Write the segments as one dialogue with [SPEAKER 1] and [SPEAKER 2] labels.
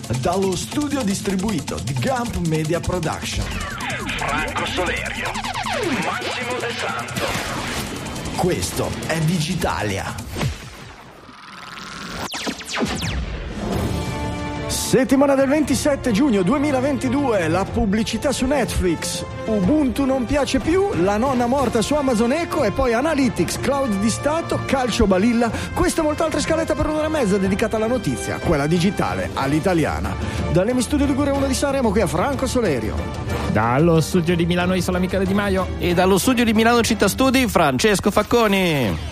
[SPEAKER 1] dallo studio distribuito di Gump Media Production.
[SPEAKER 2] Franco Solerio, Massimo De Santo.
[SPEAKER 1] Questo è Digitalia. Settimana del 27 giugno 2022, la pubblicità su Netflix, Ubuntu non piace più, la nonna morta su Amazon Echo e poi Analytics, cloud di Stato, calcio balilla. Questa e molte altre scalette per un'ora e mezza dedicata alla notizia, quella digitale, all'italiana. Dall'Emi Studio di Ligure 1 di Sanremo, qui a Franco Solerio.
[SPEAKER 3] Dallo studio di Milano Isola Michele Di Maio.
[SPEAKER 4] E dallo studio di Milano Città Studi, Francesco Facconi.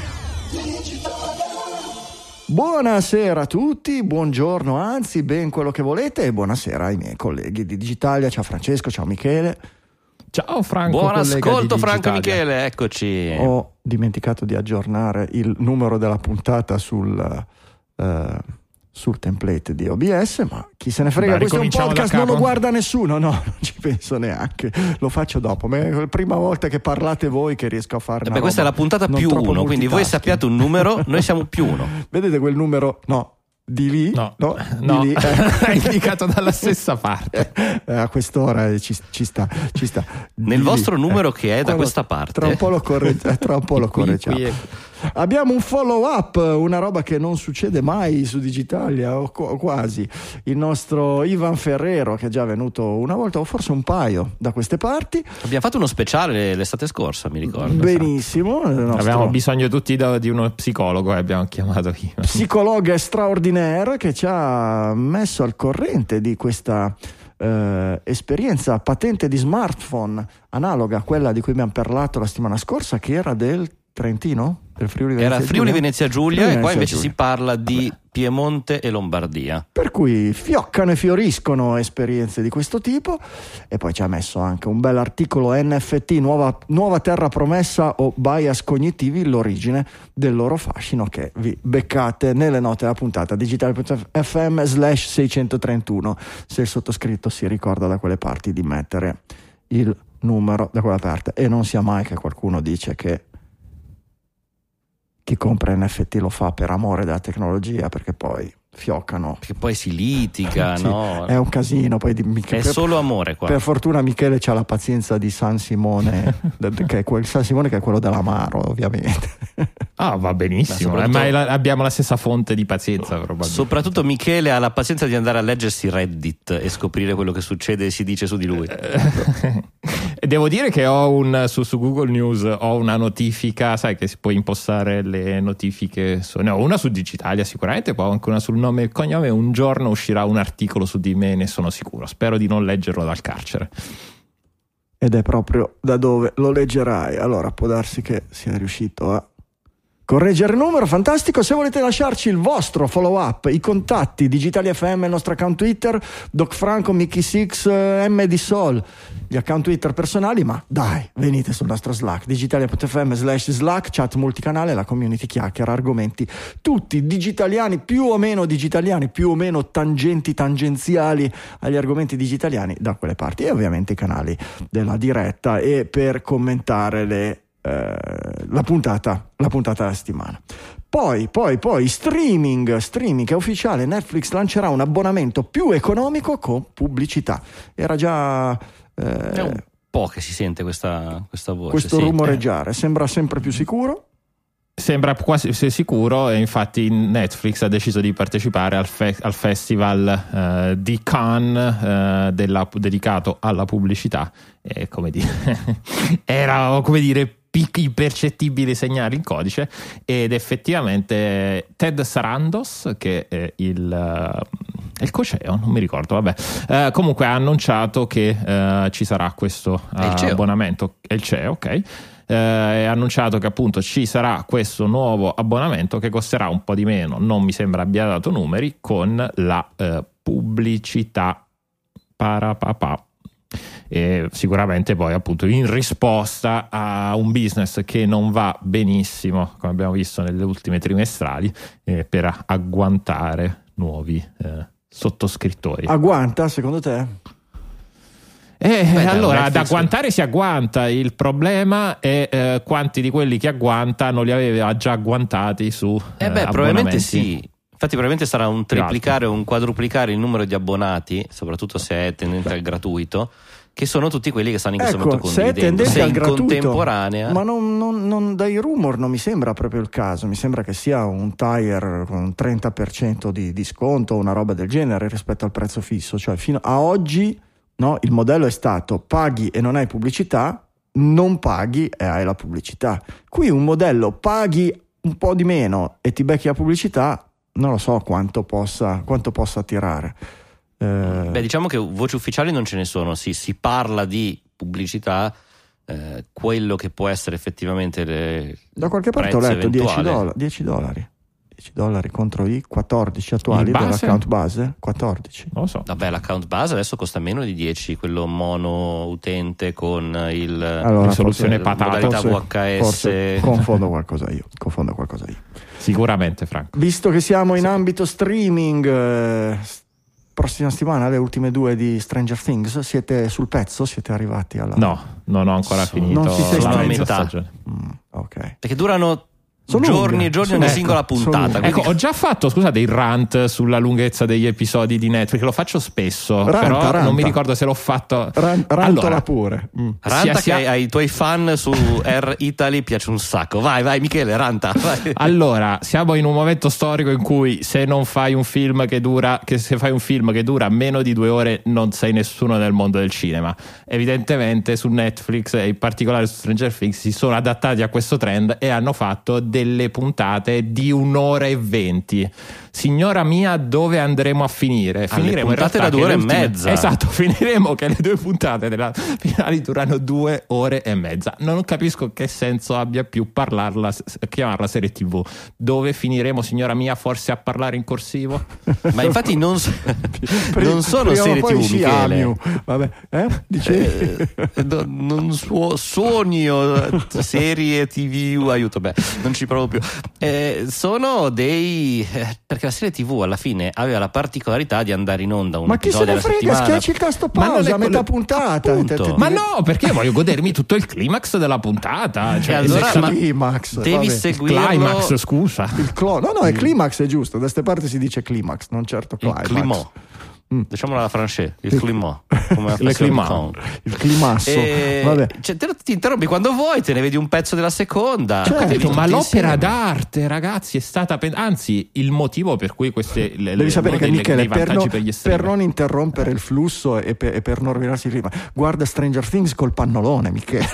[SPEAKER 1] Buonasera a tutti, buongiorno, anzi ben quello che volete, e buonasera ai miei colleghi di Digitalia. Ciao Francesco, ciao Michele.
[SPEAKER 3] Ciao Franco.
[SPEAKER 4] Buon ascolto Franco e Michele, eccoci.
[SPEAKER 1] Ho dimenticato di aggiornare il numero della puntata sul template di OBS, ma chi se ne frega. Questo è un podcast, non lo guarda nessuno, no, non ci penso neanche, lo faccio dopo. Ma è la prima volta che parlate voi che riesco a fare una
[SPEAKER 4] questa è la puntata più uno, quindi voi sappiate un numero, noi siamo più uno.
[SPEAKER 1] Vedete quel numero? No. Di lì?
[SPEAKER 3] No.
[SPEAKER 1] Di lì,
[SPEAKER 3] è indicato dalla stessa parte.
[SPEAKER 1] A quest'ora ci sta.
[SPEAKER 4] Nel vostro numero che è da questa parte.
[SPEAKER 1] Tra un po' lo correggiamo. Abbiamo un follow up, una roba che non succede mai su Digitalia, o quasi. Il nostro Ivan Ferrero, che è già venuto una volta o forse un paio da queste parti.
[SPEAKER 4] Abbiamo fatto uno speciale l'estate scorsa, mi ricordo.
[SPEAKER 1] Benissimo.
[SPEAKER 3] Avevamo bisogno tutti di uno psicologo e abbiamo chiamato Ivan.
[SPEAKER 1] Psicologa straordinaire, che ci ha messo al corrente di questa esperienza patente di smartphone analoga a quella di cui abbiamo parlato la settimana scorsa, che era del Trentino? Del Friuli
[SPEAKER 4] Venezia Giulia, e poi invece si parla di Piemonte e Lombardia.
[SPEAKER 1] Per cui fioccano e fioriscono esperienze di questo tipo. E poi ci ha messo anche un bel articolo NFT, nuova terra promessa o bias cognitivi, l'origine del loro fascino, che vi beccate nelle note della puntata digitale.fm/631, se il sottoscritto si ricorda da quelle parti di mettere il numero da quella parte, e non sia mai che qualcuno dice che chi compra NFT lo fa per amore della tecnologia, perché poi fioccano.
[SPEAKER 4] Che poi si litiga,
[SPEAKER 1] sì,
[SPEAKER 4] no?
[SPEAKER 1] È un casino. Poi
[SPEAKER 4] è solo amore qua.
[SPEAKER 1] Per fortuna Michele c'ha la pazienza di San Simone, che è San Simone, che è quello dell'amaro, ovviamente.
[SPEAKER 3] Ah, va benissimo. Ma abbiamo la stessa fonte di pazienza, probabilmente.
[SPEAKER 4] Soprattutto Michele ha la pazienza di andare a leggersi Reddit e scoprire quello che succede e si dice su di lui.
[SPEAKER 3] Devo dire che ho su Google News ho una notifica, sai che si può impostare le notifiche, una su Digitalia sicuramente, poi anche una sul nome e cognome. Un giorno uscirà un articolo su di me, ne sono sicuro, spero di non leggerlo dal carcere.
[SPEAKER 1] Ed è proprio da dove lo leggerai, allora può darsi che sia riuscito a correggere il numero. Fantastico. Se volete lasciarci il vostro follow up, i contatti Digitalia FM, il nostro account Twitter, Doc Franco, Mickey Six, M di Sol, gli account Twitter personali, ma dai, venite sul nostro Slack, digitalia.fm/Slack, chat multicanale, la community chiacchiera, argomenti tutti digitaliani, più o meno tangenziali agli argomenti digitaliani da quelle parti, e ovviamente i canali della diretta e per commentare la puntata della settimana. Poi streaming che è ufficiale. Netflix lancerà un abbonamento più economico con pubblicità. Era già
[SPEAKER 4] è un po' che si sente questa voce,
[SPEAKER 1] questo rumoreggiare. Sembra sempre più sicuro.
[SPEAKER 3] Sembra quasi sicuro, e infatti Netflix ha deciso di partecipare al festival di Cannes dedicato alla pubblicità, e era impercettibili segnali in codice, ed effettivamente Ted Sarandos, che è il co-CEO, non mi ricordo, comunque ha annunciato che ci sarà questo abbonamento. È il CEO, ok. Ha annunciato che appunto ci sarà questo nuovo abbonamento che costerà un po' di meno, non mi sembra abbia dato numeri, con la pubblicità parapapà. E sicuramente poi appunto in risposta a un business che non va benissimo, come abbiamo visto nelle ultime trimestrali, per agguantare nuovi sottoscrittori.
[SPEAKER 1] Agguanta secondo te?
[SPEAKER 3] Allora, da agguantare si agguanta, il problema è quanti di quelli che agguanta non li aveva già agguantati su
[SPEAKER 4] probabilmente sì. Infatti probabilmente sarà un triplicare o un quadruplicare il numero di abbonati, soprattutto se è tendente al gratuito, che sono tutti quelli che stanno in questo momento condividendo. Se è in contemporanea,
[SPEAKER 1] ma non dai rumor non mi sembra proprio il caso. Mi sembra che sia un tire con un 30% di sconto o una roba del genere rispetto al prezzo fisso. Cioè fino a oggi, no, il modello è stato paghi e non hai pubblicità, non paghi e hai la pubblicità. Qui un modello paghi un po' di meno e ti becchi la pubblicità, non lo so quanto possa attirare.
[SPEAKER 4] Beh, diciamo che voci ufficiali non ce ne sono, si parla di pubblicità, quello che può essere effettivamente
[SPEAKER 1] da qualche parte ho letto $10 contro i 14 attuali dell'account base. 14,
[SPEAKER 3] non lo so.
[SPEAKER 4] Vabbè, l'account base adesso costa meno di 10, quello mono utente con
[SPEAKER 1] la
[SPEAKER 3] soluzione patata,
[SPEAKER 4] modalità VHS.
[SPEAKER 1] Forse confondo qualcosa io.
[SPEAKER 3] Sicuramente, Franco.
[SPEAKER 1] Visto che siamo in ambito streaming, prossima settimana le ultime 2 di Stranger Things, siete sul pezzo? Siete arrivati alla...
[SPEAKER 3] No, non ho ancora finito
[SPEAKER 1] non si sei
[SPEAKER 3] la
[SPEAKER 4] metà
[SPEAKER 3] stagione.
[SPEAKER 1] Ok,
[SPEAKER 4] perché durano
[SPEAKER 1] sono
[SPEAKER 4] giorni e giorni ogni singola puntata.
[SPEAKER 3] Ecco, ho già fatto, scusate, il rant sulla lunghezza degli episodi di Netflix, lo faccio spesso, però non mi ricordo se l'ho fatto.
[SPEAKER 1] Rantola pure.
[SPEAKER 4] Ranta che ai tuoi fan su Air Italy piace un sacco. Vai Michele, ranta. Vai.
[SPEAKER 3] Allora, siamo in un momento storico in cui se fai un film che dura meno di 2 ore non sei nessuno nel mondo del cinema. Evidentemente su Netflix e in particolare su Stranger Things si sono adattati a questo trend e hanno fatto delle puntate di 1 ora e 20. Signora mia, dove andremo a finire? Finiremo in realtà
[SPEAKER 4] da 2 ore e mezza.
[SPEAKER 3] Esatto, finiremo che le 2 puntate della finale durano 2 ore e mezza. Non capisco che senso abbia più chiamarla serie TV. Dove finiremo, signora mia, forse a parlare in corsivo?
[SPEAKER 4] Ma infatti non sono serie TV, Michele.
[SPEAKER 1] Vabbè,
[SPEAKER 4] non sogno serie TV, aiuto, non ci provo più. Sono perché la serie TV alla fine aveva la particolarità di andare in onda un episodio alla settimana.
[SPEAKER 1] Ma chi se ne frega, schiacci il tasto pausa a metà puntata.
[SPEAKER 3] Ma no, perché voglio godermi tutto il climax della puntata. Cioè,
[SPEAKER 4] allora,
[SPEAKER 1] climax,
[SPEAKER 4] devi seguirlo.
[SPEAKER 3] Climax, scusa.
[SPEAKER 1] Il il climax è giusto. Da queste parti si dice climax, non certo climax.
[SPEAKER 4] Il climax. Diciamola alla francese, il climat, come
[SPEAKER 3] il
[SPEAKER 1] climasso. Vabbè.
[SPEAKER 4] Cioè, ti interrompi quando vuoi, te ne vedi un pezzo della seconda.
[SPEAKER 3] Certo, ma l'opera d'arte, ragazzi, è stata anzi il motivo per cui queste
[SPEAKER 1] devi sapere che Michele, per non interrompere il flusso e per non rovinarsi il clima, guarda Stranger Things col pannolone, Michele.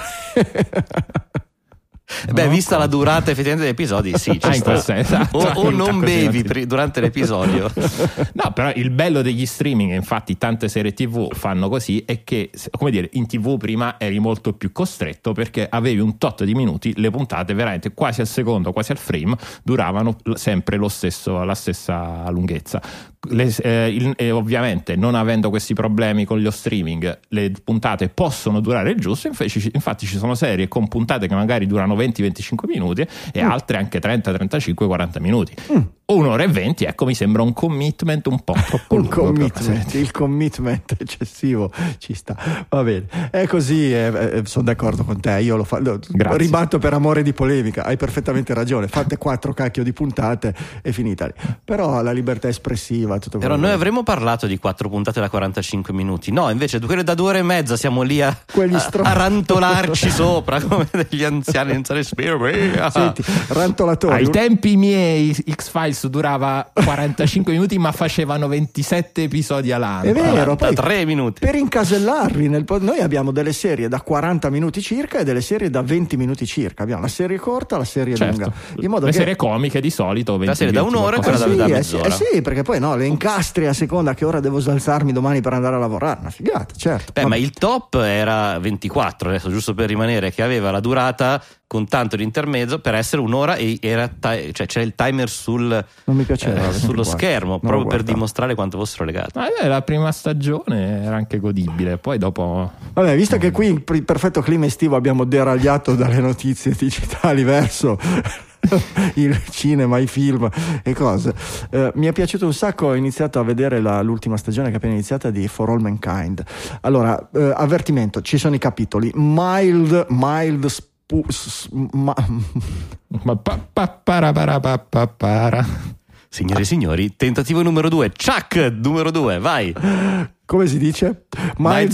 [SPEAKER 4] Vista la durata effettivamente degli episodi, sì, ci sta.
[SPEAKER 3] Esatto.
[SPEAKER 4] O non bevi durante l'episodio.
[SPEAKER 3] No, però il bello degli streaming, infatti tante serie TV fanno così, è che, come dire, in TV prima eri molto più costretto perché avevi un tot di minuti, le puntate veramente quasi al secondo, quasi al frame, duravano sempre la stessa lunghezza. Ovviamente non avendo questi problemi con lo streaming, le puntate possono durare il giusto, infatti ci sono serie con puntate che magari durano 20-25 minuti e altre anche 30, 35, 40 minuti. 1 ora e 20, ecco, mi sembra un commitment un po' troppo lungo.
[SPEAKER 1] Il commitment eccessivo ci sta, va bene, è così, sono d'accordo con te, io lo ribatto per amore di polemica, hai perfettamente ragione, fate 4 cacchio di puntate e finita lì. Però la libertà espressiva, tutto
[SPEAKER 4] però noi avremmo parlato di 4 puntate da 45 minuti, no, invece quelle da 2 ore e mezza siamo lì a rantolarci sopra come degli anziani.
[SPEAKER 1] Senti, rantolatori.
[SPEAKER 3] Ai tempi miei X-Files durava 45 minuti ma facevano 27 episodi all'anno.
[SPEAKER 1] È vero, poi
[SPEAKER 4] 3 minuti.
[SPEAKER 1] Per incasellarli noi abbiamo delle serie da 40 minuti circa e delle serie da 20 minuti circa. Abbiamo la serie corta, la serie lunga. In modo
[SPEAKER 3] le serie comiche di solito 20
[SPEAKER 4] la serie da 1 ora e quella da mezz'ora.
[SPEAKER 1] Sì, perché poi le incastri a seconda che ora devo alzarmi domani per andare a lavorare. Una figata, certo.
[SPEAKER 4] Ma il top era 24, adesso giusto per rimanere, che aveva la durata con tanto di intermezzo per essere 1 ora e c'era il timer sullo schermo proprio per dimostrare quanto fossero legati.
[SPEAKER 3] La prima stagione era anche godibile, poi dopo
[SPEAKER 1] vabbè, visto che qui in perfetto clima estivo abbiamo deragliato dalle notizie digitali verso il cinema, i film e cose, mi è piaciuto un sacco. Ho iniziato a vedere l'ultima stagione che è appena iniziata di For All Mankind. Allora, avvertimento, ci sono i capitoli mild
[SPEAKER 4] Signore e signori, tentativo numero 2, Chuck numero 2, vai.
[SPEAKER 1] Come si dice? Mild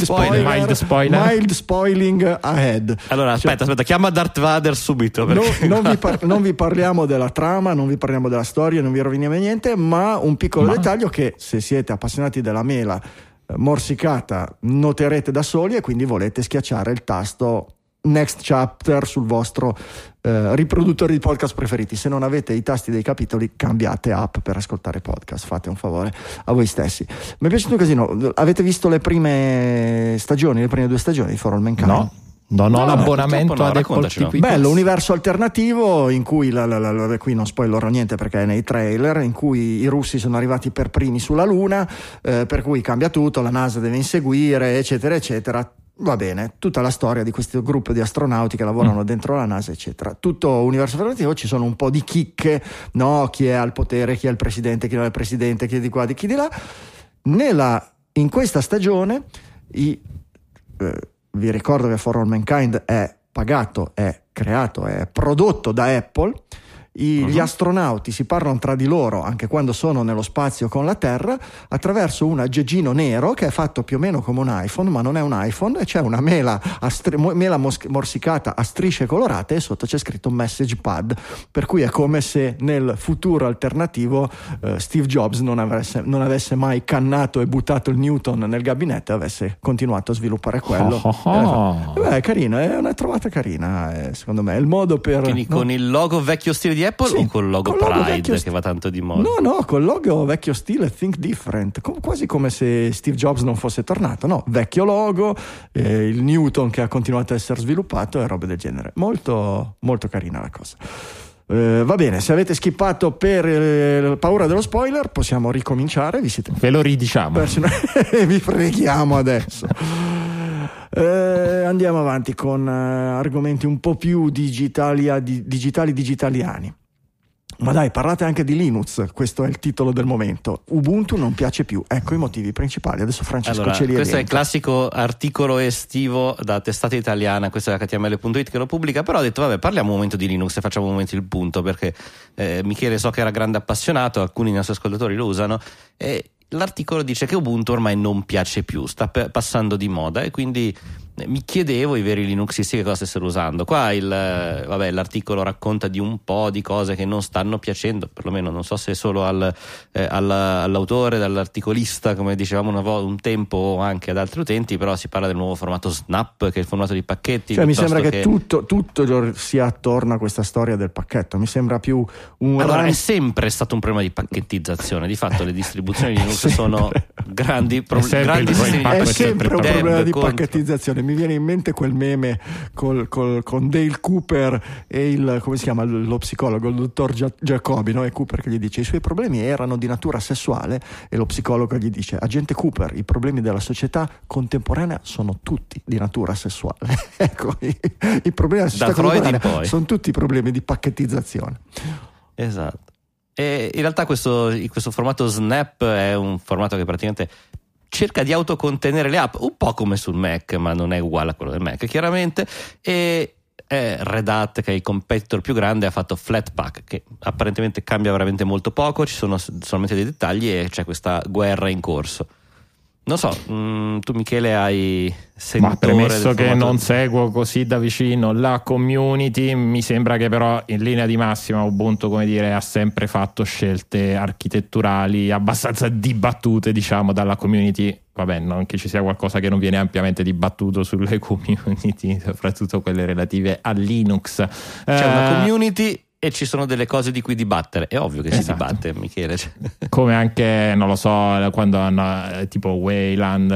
[SPEAKER 1] spoiling ahead.
[SPEAKER 4] Allora aspetta, chiama Darth Vader subito.
[SPEAKER 1] Non vi parliamo della trama, non vi parliamo della storia, non vi roviniamo niente, ma un piccolo dettaglio che, se siete appassionati della mela morsicata, noterete da soli, e quindi volete schiacciare il tasto Next Chapter sul vostro riproduttore di podcast preferiti. Se non avete i tasti dei capitoli, cambiate app per ascoltare podcast, fate un favore a voi stessi. Mi è piaciuto un casino. Avete visto le prime 2 stagioni di For All Mankind?
[SPEAKER 3] No. Non ho l'abbonamento ad Apple TV.
[SPEAKER 1] Bello, universo alternativo in cui qui non spoilerò niente perché è nei trailer, in cui i russi sono arrivati per primi sulla Luna, per cui cambia tutto, la NASA deve inseguire, eccetera eccetera. Va bene, tutta la storia di questo gruppo di astronauti che lavorano dentro la NASA, eccetera. Tutto universo alternativo, ci sono un po' di chicche, no? Chi è al potere, chi è il presidente, chi non è il presidente, chi è di qua, chi di là. In questa stagione vi ricordo che For All Mankind è pagato, è creato, è prodotto da Apple. Gli astronauti si parlano tra di loro anche quando sono nello spazio con la Terra attraverso un aggeggino nero che è fatto più o meno come un iPhone, ma non è un iPhone, e c'è una mela morsicata a strisce colorate, e sotto c'è scritto message pad, per cui è come se nel futuro alternativo Steve Jobs non avesse mai cannato e buttato il Newton nel gabinetto e avesse continuato a sviluppare quello. È carina, è una trovata carina, secondo me è il modo per...
[SPEAKER 4] Quindi con il logo vecchio stile di Apple, sì, o col logo Pride che va tanto di moda?
[SPEAKER 1] No, col logo vecchio stile Think Different, quasi come se Steve Jobs non fosse tornato. No, vecchio logo, il Newton che ha continuato a essere sviluppato e robe del genere. Molto, molto carina la cosa. Va bene, se avete skippato per paura dello spoiler, possiamo ricominciare.
[SPEAKER 3] Ve lo ridiciamo.
[SPEAKER 1] Vi preghiamo adesso. Andiamo avanti con argomenti un po' più digitaliani. Ma dai, parlate anche di Linux, questo è il titolo del momento. Ubuntu non piace più, ecco i motivi principali. Adesso Francesco ce li
[SPEAKER 4] questo
[SPEAKER 1] elenca.
[SPEAKER 4] È il classico articolo estivo da testata italiana, questo è HTML.it che lo pubblica, però ho detto vabbè, parliamo un momento di Linux e facciamo un momento il punto, perché Michele so che era grande appassionato, alcuni dei nostri ascoltatori lo usano, e l'articolo dice che Ubuntu ormai non piace più, sta passando di moda, e quindi mi chiedevo i veri linuxisti che cosa stessero usando. Qua l'articolo racconta di un po' di cose che non stanno piacendo, perlomeno non so se solo all'autore, dall'articolista, come dicevamo un tempo, o anche ad altri utenti, però si parla del nuovo formato Snap, che è il formato di pacchetti.
[SPEAKER 1] Cioè, mi sembra che tutto sia attorno a questa storia del pacchetto, mi sembra più
[SPEAKER 4] è sempre stato un problema di pacchettizzazione. Di fatto le distribuzioni Linux sono grandi problemi.
[SPEAKER 1] È sempre un problema di pacchettizzazione. Mi viene in mente quel meme con Dale Cooper e come si chiama lo psicologo, il dottor Jacobi, no? E Cooper che gli dice i suoi problemi erano di natura sessuale, e lo psicologo gli dice: agente Cooper, i problemi della società contemporanea sono tutti di natura sessuale. Ecco, i problemi della società contemporanea sono tutti problemi di pacchettizzazione.
[SPEAKER 4] Esatto. E in realtà questo formato Snap è un formato che praticamente cerca di autocontenere le app, un po' come sul Mac, ma non è uguale a quello del Mac chiaramente. E Red Hat, che è il competitor più grande, ha fatto Flatpak, che apparentemente cambia veramente molto poco, ci sono solamente dei dettagli e c'è questa guerra in corso. Non so, tu Michele hai sentore?
[SPEAKER 3] Ma premesso che non seguo così da vicino la community, mi sembra che però in linea di massima Ubuntu, come dire, ha sempre fatto scelte architetturali abbastanza dibattute, diciamo, dalla community. Vabbè, non che ci sia qualcosa che non viene ampiamente dibattuto sulle community, soprattutto quelle relative a Linux.
[SPEAKER 4] C'è una community e ci sono delle cose di cui dibattere, è ovvio che si dibatte, Michele.
[SPEAKER 3] Come anche, non lo so, quando hanno tipo Wayland,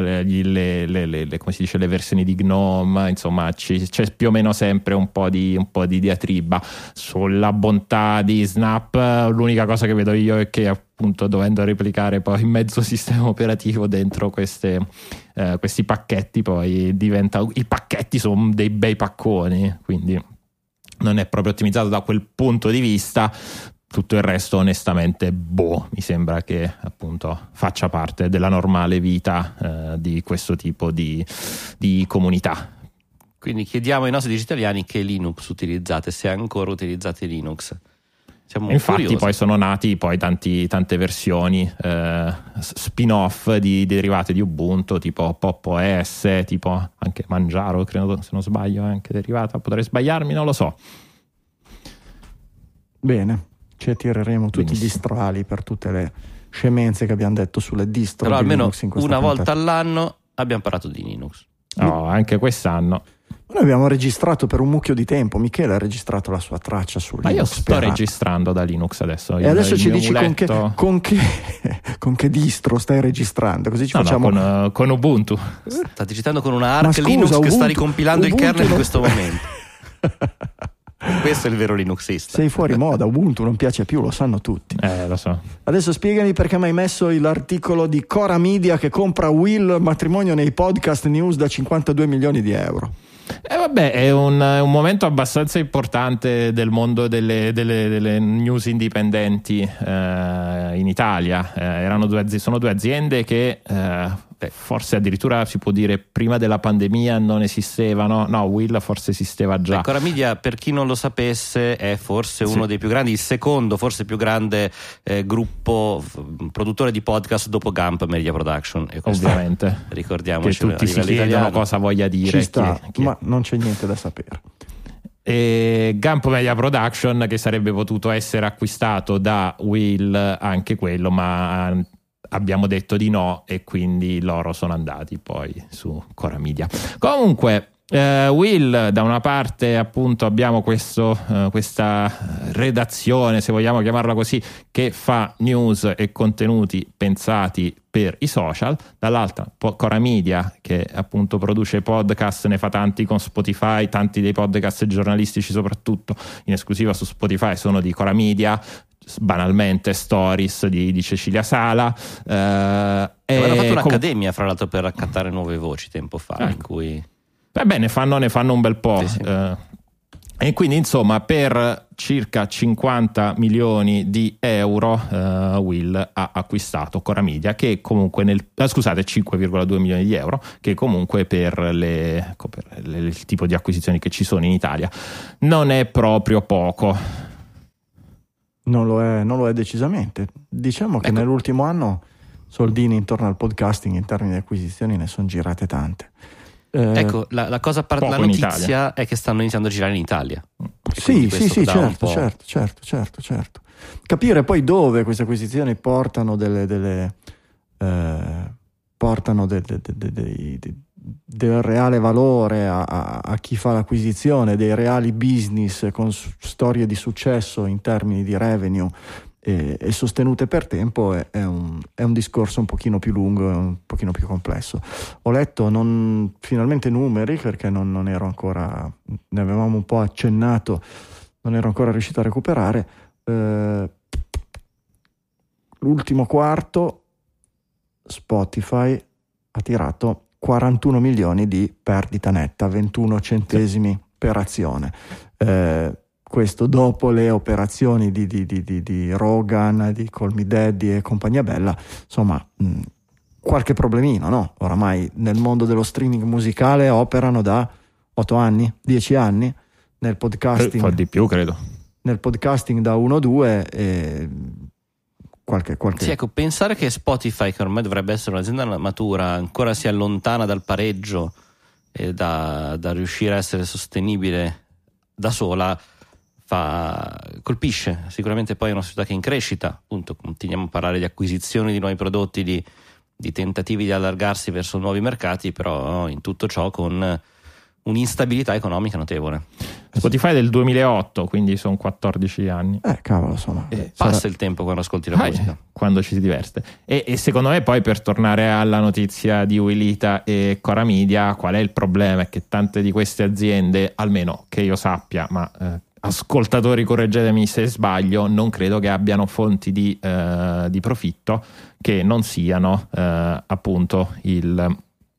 [SPEAKER 3] come si dice, le versioni di GNOME, insomma c'è più o meno sempre un po' di diatriba sulla bontà di Snap. L'unica cosa che vedo io è che, appunto, dovendo replicare poi mezzo sistema operativo dentro questi pacchetti, poi i pacchetti sono dei bei pacconi, quindi non è proprio ottimizzato da quel punto di vista. Tutto il resto onestamente mi sembra che appunto faccia parte della normale vita di questo tipo di comunità.
[SPEAKER 4] Quindi chiediamo ai nostri digitaliani che Linux utilizzate, se ancora utilizzate Linux.
[SPEAKER 3] Infatti
[SPEAKER 4] curiosi.
[SPEAKER 3] poi sono nati poi tante versioni spin-off di derivate di Ubuntu, tipo Pop OS, tipo anche Manjaro, credo, se non sbaglio è anche derivata, potrei sbagliarmi, non lo so.
[SPEAKER 1] Bene, ci attireremo tutti gli strali per tutte le scemenze che abbiamo detto sulle distro.
[SPEAKER 4] Però
[SPEAKER 1] di
[SPEAKER 4] almeno
[SPEAKER 1] Linux in questa
[SPEAKER 4] una
[SPEAKER 1] puntata.
[SPEAKER 4] volta all'anno abbiamo parlato di Linux.
[SPEAKER 3] No, anche quest'anno.
[SPEAKER 1] Noi abbiamo registrato per un mucchio di tempo. Michele ha registrato la sua traccia su Linux.
[SPEAKER 3] Ma io sto registrando da Linux adesso.
[SPEAKER 1] E adesso ci dici
[SPEAKER 3] muletto...
[SPEAKER 1] con che distro stai registrando? Così ci facciamo.
[SPEAKER 3] No, con Ubuntu.
[SPEAKER 4] Sta digitando con una ARC Linux che sta ricompilando il kernel in questo momento. Questo è il vero Linuxista.
[SPEAKER 1] Sei fuori moda, Ubuntu non piace più, lo sanno tutti.
[SPEAKER 3] Lo so.
[SPEAKER 1] Adesso spiegami perché mi hai messo l'articolo di Cora Media che compra Will, matrimonio nei podcast news da 52 milioni di euro.
[SPEAKER 3] Vabbè, è un momento abbastanza importante del mondo delle news indipendenti in Italia. Sono due aziende che forse addirittura si può dire prima della pandemia non esistevano. No, Will forse esisteva già.
[SPEAKER 4] Cora Media, per chi non lo sapesse, è forse uno dei più grandi, il secondo forse più grande gruppo produttore di podcast dopo Gump Media Production. E
[SPEAKER 3] ovviamente
[SPEAKER 4] ricordiamoci
[SPEAKER 3] che tutti si chiedono
[SPEAKER 4] italiano.
[SPEAKER 3] cosa voglia dire.
[SPEAKER 1] Ci sta, ma non c'è niente da sapere.
[SPEAKER 3] E Gump Media Production, che sarebbe potuto essere acquistato da Will, anche quello, ma abbiamo detto di no, e quindi loro sono andati poi su Cora Media. Comunque Will, da una parte appunto abbiamo questa redazione, se vogliamo chiamarla così, che fa news e contenuti pensati per i social, dall'altra Cora Media, che appunto produce podcast, ne fa tanti con Spotify, tanti dei podcast giornalistici soprattutto in esclusiva su Spotify sono di Cora Media, banalmente Stories di Cecilia Sala.
[SPEAKER 4] Avevano fatto un'accademia fra l'altro per raccattare nuove voci tempo fa, in cui
[SPEAKER 3] ne fanno un bel po'.
[SPEAKER 4] Sì.
[SPEAKER 3] E quindi insomma per circa 50 milioni di euro Will ha acquistato Cora Media, che comunque 5,2 milioni di euro, che comunque per il tipo di acquisizioni che ci sono in Italia non è proprio poco.
[SPEAKER 1] Non lo è decisamente. Diciamo che nell'ultimo anno soldini intorno al podcasting in termini di acquisizioni ne sono girate tante.
[SPEAKER 4] Ecco, la cosa la notizia è che stanno iniziando a girare in Italia.
[SPEAKER 1] Sì, certo. Capire poi dove queste acquisizioni portano del reale valore a chi fa l'acquisizione, dei reali business con storie di successo in termini di revenue e sostenute per tempo, è un discorso un pochino più lungo e un pochino più complesso. Ho letto finalmente numeri, perché non ero ancora, ne avevamo un po' accennato, non ero ancora riuscito a recuperare. L'ultimo quarto Spotify ha tirato 41 milioni di perdita netta, 21 centesimi per azione. Questo dopo le operazioni di Rogan, di Call Me Daddy e compagnia bella. Insomma, qualche problemino, no? Oramai nel mondo dello streaming musicale operano da 8 anni, 10 anni, nel podcasting
[SPEAKER 3] un po' di più credo,
[SPEAKER 1] nel podcasting da 1 o 2 e qualche...
[SPEAKER 4] Sì, ecco, pensare che Spotify, che ormai dovrebbe essere un'azienda matura, ancora si allontana dal pareggio e da riuscire a essere sostenibile da sola, colpisce. Sicuramente poi è una società che è in crescita, appunto, continuiamo a parlare di acquisizioni di nuovi prodotti, di tentativi di allargarsi verso nuovi mercati, però in tutto ciò con un'instabilità economica notevole.
[SPEAKER 3] Spotify del 2008, quindi sono 14 anni.
[SPEAKER 1] Cavolo, insomma.
[SPEAKER 4] Passa il tempo quando ascolti la musica.
[SPEAKER 3] Quando ci si diverte. E secondo me poi, per tornare alla notizia di Willita e Cora Media, qual è il problema? È che tante di queste aziende, almeno che io sappia, ma ascoltatori correggetemi se sbaglio, non credo che abbiano fonti di profitto che non siano appunto il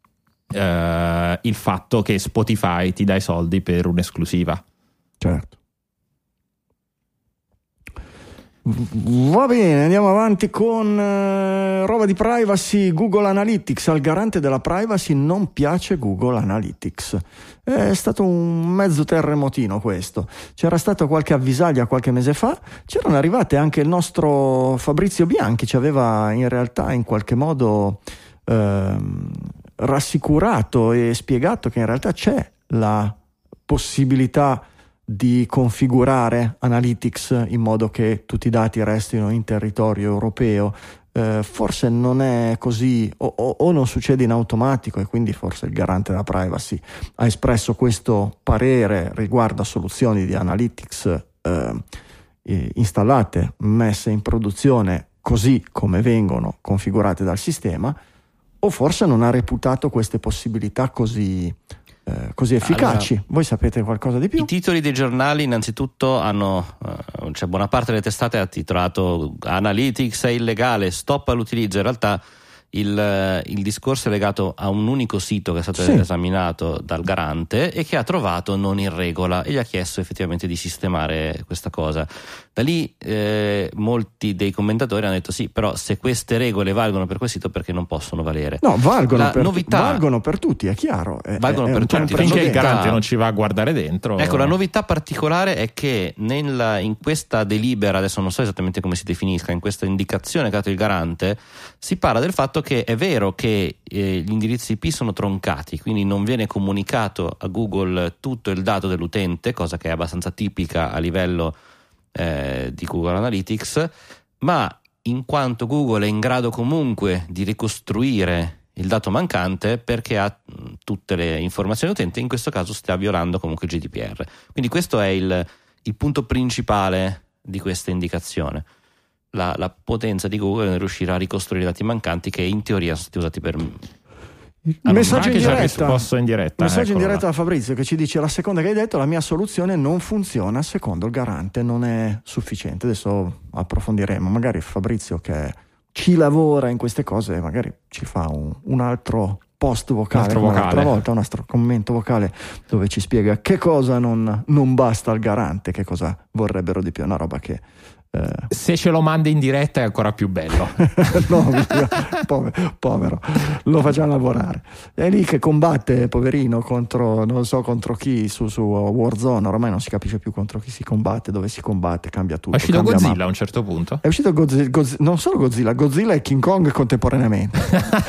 [SPEAKER 3] fatto che Spotify ti dà i soldi per un'esclusiva.
[SPEAKER 1] Certo. Va bene, andiamo avanti con roba di privacy. Google Analytics. Al garante della privacy non piace Google Analytics. È stato un mezzo terremotino questo. C'era stata qualche avvisaglia qualche mese fa, c'erano arrivate anche il nostro Fabrizio Bianchi, ci aveva in realtà in qualche modo rassicurato e spiegato che in realtà c'è la possibilità di configurare Analytics in modo che tutti i dati restino in territorio europeo. Forse non è così o non succede in automatico, e quindi forse il garante della privacy ha espresso questo parere riguardo a soluzioni di Analytics installate, messe in produzione così come vengono configurate dal sistema, o forse non ha reputato queste possibilità così efficaci. Allora, voi sapete qualcosa di più?
[SPEAKER 4] I titoli dei giornali innanzitutto hanno, cioè buona parte delle testate ha titolato Analytics è illegale, stop all'utilizzo. In realtà il discorso è legato a un unico sito che è stato esaminato dal garante e che ha trovato non in regola e gli ha chiesto effettivamente di sistemare questa cosa. Da lì molti dei commentatori hanno detto sì, però se queste regole valgono per quel sito, perché non possono valere?
[SPEAKER 1] No, valgono per tutti, è chiaro.
[SPEAKER 4] Valgono per tutti.
[SPEAKER 3] Finché il garante non ci va a guardare dentro.
[SPEAKER 4] Ecco, la novità particolare è che in questa delibera, adesso non so esattamente come si definisca, in questa indicazione che ha dato il garante, si parla del fatto che è vero che gli indirizzi IP sono troncati, quindi non viene comunicato a Google tutto il dato dell'utente, cosa che è abbastanza tipica a livello di Google Analytics, ma in quanto Google è in grado comunque di ricostruire il dato mancante perché ha tutte le informazioni dell'utente, in questo caso sta violando comunque il GDPR. Quindi questo è il punto principale di questa indicazione. La potenza di Google nel riuscire a ricostruire i dati mancanti che in teoria sono stati usati per...
[SPEAKER 1] Messaggio in
[SPEAKER 3] diretta.
[SPEAKER 1] Messaggio in diretta da Fabrizio che ci dice: la seconda che hai detto, la mia soluzione non funziona secondo il garante, non è sufficiente. Adesso approfondiremo, magari Fabrizio che ci lavora in queste cose magari ci fa un altro post vocale come l'altra volta, un altro commento vocale dove ci spiega che cosa non basta al garante, che cosa vorrebbero di più. Una roba che
[SPEAKER 3] se ce lo manda in diretta è ancora più bello.
[SPEAKER 1] No, povero, lo facciamo lavorare. È lì che combatte, poverino, contro chi su Warzone. Ormai non si capisce più contro chi si combatte, dove si combatte, cambia tutto.
[SPEAKER 3] È uscito Godzilla a un certo punto.
[SPEAKER 1] È uscito non solo Godzilla e King Kong contemporaneamente.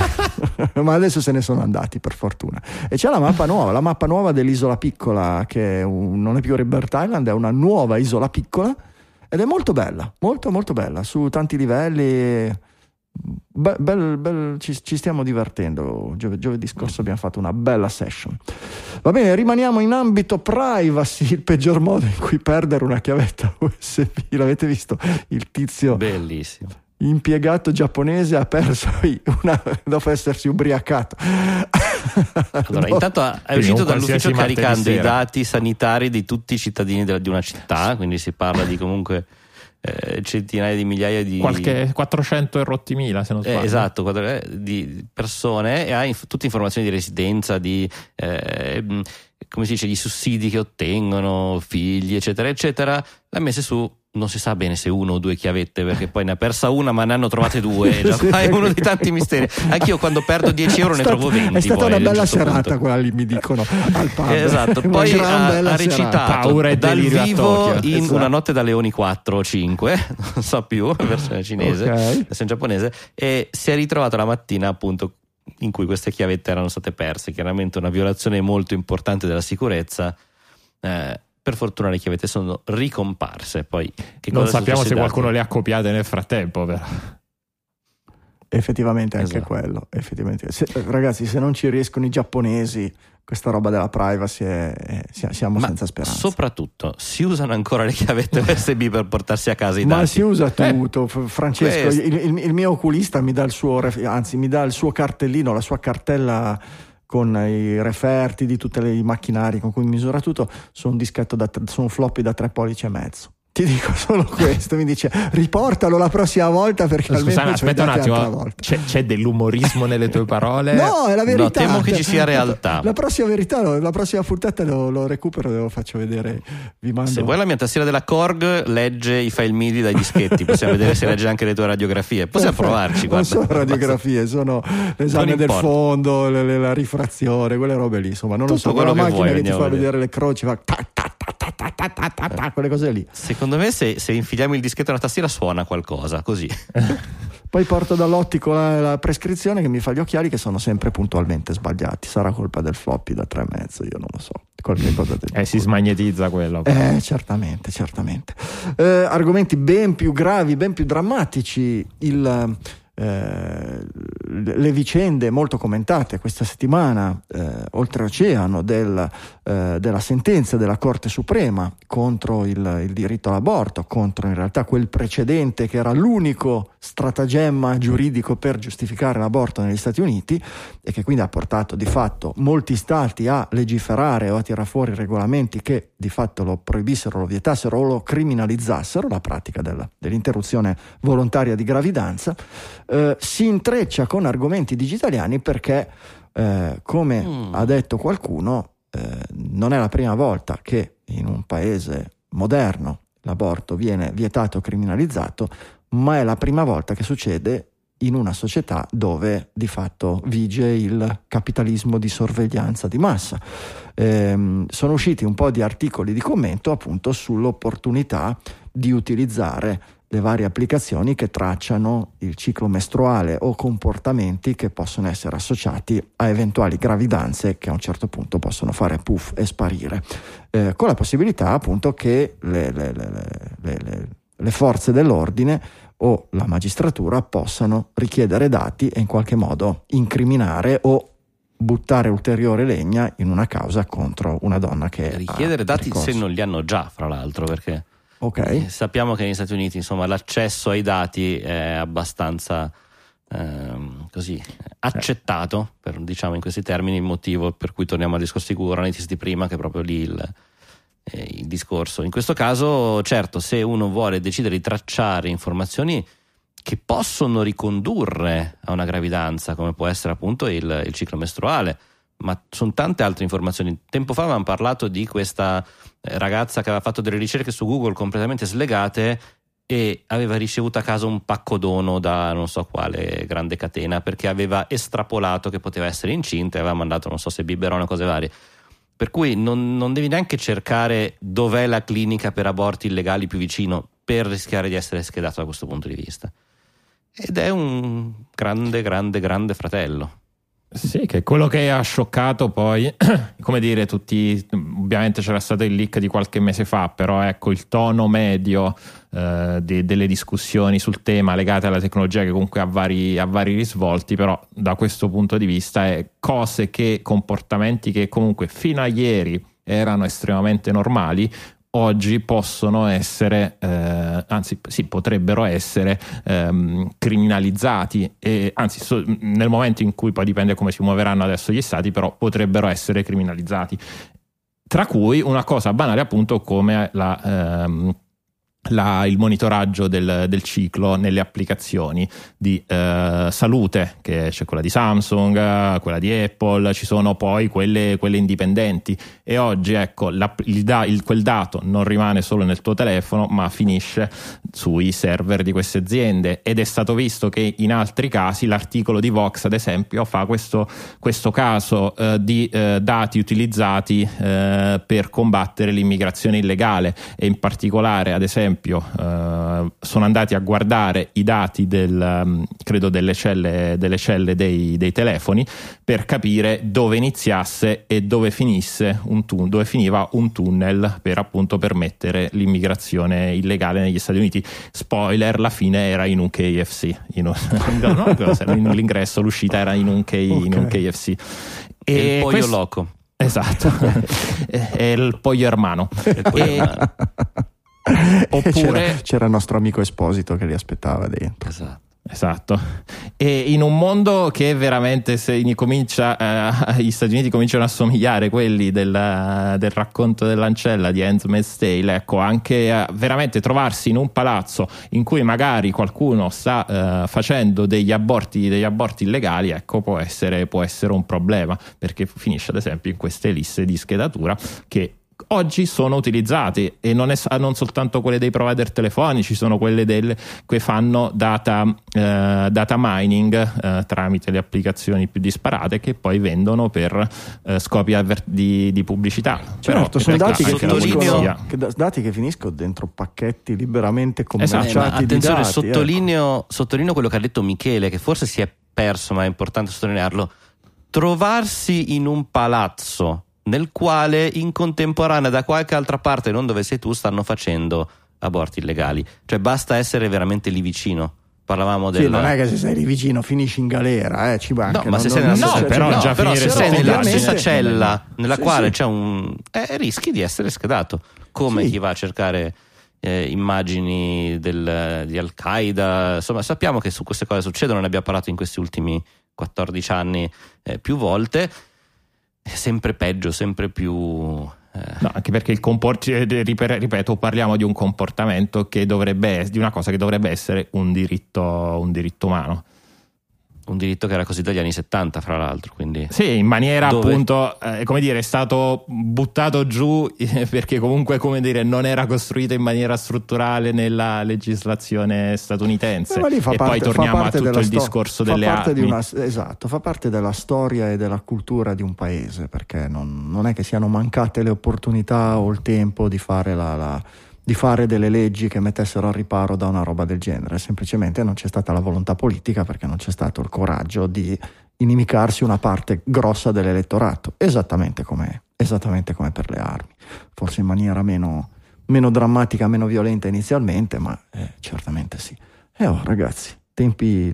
[SPEAKER 1] Ma adesso se ne sono andati, per fortuna. E c'è la mappa nuova dell'isola piccola, che non è più Ribert Island, è una nuova isola piccola. Ed è molto bella, molto molto bella, su tanti livelli. Ci stiamo divertendo. Giovedì scorso abbiamo fatto una bella session. Va bene, rimaniamo in ambito privacy. Il peggior modo in cui perdere una chiavetta USB. L'avete visto? Il tizio
[SPEAKER 4] bellissimo,
[SPEAKER 1] impiegato giapponese, ha perso dopo essersi ubriacato.
[SPEAKER 4] Allora, intanto è uscito dall'ufficio caricando i dati sanitari di tutti i cittadini di una città, quindi si parla di comunque centinaia di migliaia di...
[SPEAKER 3] qualche 400 e rotti mila, se non sbaglio.
[SPEAKER 4] Esatto, di persone, e ha tutte informazioni di residenza, di come si dice, di sussidi che ottengono, figli, eccetera eccetera. L'ha messe su, non si sa bene se 1 o 2 chiavette, perché poi ne ha persa una ma ne hanno trovate 2. È uno dei tanti misteri. Anch'io quando perdo 10 euro ne trovo 20.
[SPEAKER 1] È stata
[SPEAKER 4] poi,
[SPEAKER 1] una bella serata quella lì, mi dicono al pub.
[SPEAKER 4] Esatto. Poi ha recitato dal vivo in esatto. Una notte da leoni 4 o 5, non so più, versione cinese, versione giapponese, e si è ritrovato la mattina appunto in cui queste chiavette erano state perse. Chiaramente una violazione molto importante della sicurezza. Per fortuna le chiavette sono ricomparse. Poi
[SPEAKER 3] non sappiamo se qualcuno le ha copiate nel frattempo, però.
[SPEAKER 1] Effettivamente anche quello. Ragazzi, se non ci riescono i giapponesi, questa roba della privacy siamo senza speranza.
[SPEAKER 4] Soprattutto si usano ancora le chiavette USB per portarsi a casa i dati.
[SPEAKER 1] Ma si usa tutto. Francesco, il mio oculista mi dà il suo cartellino, la sua cartella con i referti di tutti i macchinari con cui misura tutto, su un dischetto su un floppy da 3,5 pollici. Ti dico solo questo, mi dice riportalo la prossima volta perché
[SPEAKER 3] Scusate,
[SPEAKER 1] almeno
[SPEAKER 3] aspetta un attimo, c'è dell'umorismo nelle tue parole?
[SPEAKER 1] No, è la verità.
[SPEAKER 4] No, temo che ci sia realtà.
[SPEAKER 1] La prossima verità, la prossima puntata lo recupero e lo faccio vedere. Vi mando.
[SPEAKER 4] Se vuoi la mia tastiera della Korg legge i file MIDI dai dischetti, possiamo vedere se legge anche le tue radiografie. Possiamo provarci, guarda.
[SPEAKER 1] Non sono radiografie, sono l'esame del fondo, la rifrazione, quelle robe lì, insomma, non
[SPEAKER 4] tutto
[SPEAKER 1] lo so,
[SPEAKER 4] quello
[SPEAKER 1] la
[SPEAKER 4] che
[SPEAKER 1] macchina
[SPEAKER 4] vuoi,
[SPEAKER 1] che ti fa vedere le croci, fa quelle cose lì.
[SPEAKER 4] Secondo me se infiliamo il dischetto nella tastiera suona qualcosa, così.
[SPEAKER 1] Poi porto dall'ottico la prescrizione che mi fa gli occhiali che sono sempre puntualmente sbagliati. Sarà colpa del floppy da 3,5, io non lo so, qualche cosa del
[SPEAKER 3] si smagnetizza quello.
[SPEAKER 1] Certamente. Argomenti ben più gravi, ben più drammatici. Le vicende molto commentate questa settimana oltreoceano della sentenza della Corte Suprema contro il diritto all'aborto, contro in realtà quel precedente che era l'unico stratagemma giuridico per giustificare l'aborto negli Stati Uniti e che quindi ha portato di fatto molti stati a legiferare o a tirar fuori regolamenti che di fatto lo proibissero, lo vietassero o lo criminalizzassero, la pratica dell'interruzione volontaria di gravidanza. Si intreccia con argomenti digitaliani perché come ha detto qualcuno non è la prima volta che in un paese moderno l'aborto viene vietato o criminalizzato, ma è la prima volta che succede in una società dove di fatto vige il capitalismo di sorveglianza di massa. Sono usciti un po' di articoli di commento appunto sull'opportunità di utilizzare le varie applicazioni che tracciano il ciclo mestruale o comportamenti che possono essere associati a eventuali gravidanze che a un certo punto possono fare puff e sparire, con la possibilità appunto che le forze dell'ordine o la magistratura possano richiedere dati e in qualche modo incriminare o buttare ulteriore legna in una causa contro una donna che
[SPEAKER 4] richiedere dati se non li hanno già, fra l'altro, perché sappiamo che negli Stati Uniti insomma l'accesso ai dati è abbastanza così accettato, per, diciamo in questi termini, il motivo per cui torniamo al discorso di Kubernetes di prima, che è proprio lì il discorso. In questo caso, certo, se uno vuole decidere di tracciare informazioni che possono ricondurre a una gravidanza, come può essere appunto il ciclo mestruale, ma sono tante altre informazioni. Tempo fa avevamo parlato di questa ragazza che aveva fatto delle ricerche su Google completamente slegate e aveva ricevuto a casa un pacco dono da non so quale grande catena perché aveva estrapolato che poteva essere incinta e aveva mandato non so se biberone o cose varie. Per cui non devi neanche cercare dov'è la clinica per aborti illegali più vicino per rischiare di essere schedato da questo punto di vista. Ed è un grande fratello.
[SPEAKER 3] Sì, che è quello che ha scioccato poi, come dire, tutti, ovviamente c'era stato il leak di qualche mese fa, però ecco il tono medio delle discussioni sul tema legate alla tecnologia, che comunque ha vari risvolti, però da questo punto di vista è comportamenti che comunque fino a ieri erano estremamente normali, oggi possono essere, anzi sì, potrebbero essere criminalizzati e anzi nel momento in cui, poi dipende come si muoveranno adesso gli stati, però potrebbero essere criminalizzati, tra cui una cosa banale appunto come il monitoraggio del ciclo nelle applicazioni di salute, che c'è quella di Samsung, quella di Apple, ci sono poi quelle indipendenti, e oggi ecco quel dato non rimane solo nel tuo telefono ma finisce sui server di queste aziende, ed è stato visto che in altri casi, l'articolo di Vox ad esempio fa questo caso di dati utilizzati per combattere l'immigrazione illegale, e in particolare ad esempio sono andati a guardare i dati credo delle celle dei telefoni per capire dove iniziasse e dove finiva un tunnel per appunto permettere l'immigrazione illegale negli Stati Uniti. Spoiler, la fine era in un KFC, l'ingresso, l'uscita era in un KFC.
[SPEAKER 4] E il pollo loco.
[SPEAKER 3] Esatto. E il pollo hermano.
[SPEAKER 1] Oppure c'era il nostro amico Esposito che li aspettava dentro.
[SPEAKER 3] Esatto. Esatto, e in un mondo che veramente gli Stati Uniti cominciano a somigliare quelli del racconto dell'ancella di Handmaid's Tale, ecco, anche veramente trovarsi in un palazzo in cui magari qualcuno sta facendo degli aborti illegali, ecco, può essere un problema, perché finisce ad esempio in queste liste di schedatura che oggi sono utilizzate, e non soltanto quelle dei provider telefonici, sono quelle che fanno data mining tramite le applicazioni più disparate, che poi vendono per scopi di pubblicità.
[SPEAKER 1] Certo, sono dati che finiscono dentro pacchetti liberamente commerciati.
[SPEAKER 4] Esatto. Attenzione, sottolineo quello che ha detto Michele, che forse si è perso, ma è importante sottolinearlo. Trovarsi in un palazzo nel quale in contemporanea da qualche altra parte, non dove sei tu, stanno facendo aborti illegali. Cioè basta essere veramente lì vicino. Parlavamo del...
[SPEAKER 1] Sì, non è che se sei lì vicino finisci in galera, ci manca.
[SPEAKER 4] No, ma se sei nella stessa cella nella quale c'è rischi di essere schedato, come chi va a cercare immagini di Al-Qaeda. Insomma, sappiamo che su queste cose succedono, ne abbiamo parlato in questi ultimi 14 anni più volte. Sempre peggio, sempre più...
[SPEAKER 3] No, anche perché ripeto, parliamo di un comportamento di una cosa che dovrebbe essere un diritto umano.
[SPEAKER 4] Un diritto che era così dagli anni 70, fra l'altro, quindi...
[SPEAKER 3] Sì, in maniera appunto, come dire, è stato buttato giù perché comunque, come dire, non era costruito in maniera strutturale nella legislazione statunitense. Poi torniamo a tutto il discorso delle armi.
[SPEAKER 1] Esatto, fa parte della storia e della cultura di un paese, perché non è che siano mancate le opportunità o il tempo di fare di fare delle leggi che mettessero al riparo da una roba del genere. Semplicemente non c'è stata la volontà politica, perché non c'è stato il coraggio di inimicarsi una parte grossa dell'elettorato, esattamente come per le armi, forse in maniera meno drammatica, meno violenta inizialmente, ma certamente sì. Ragazzi, tempi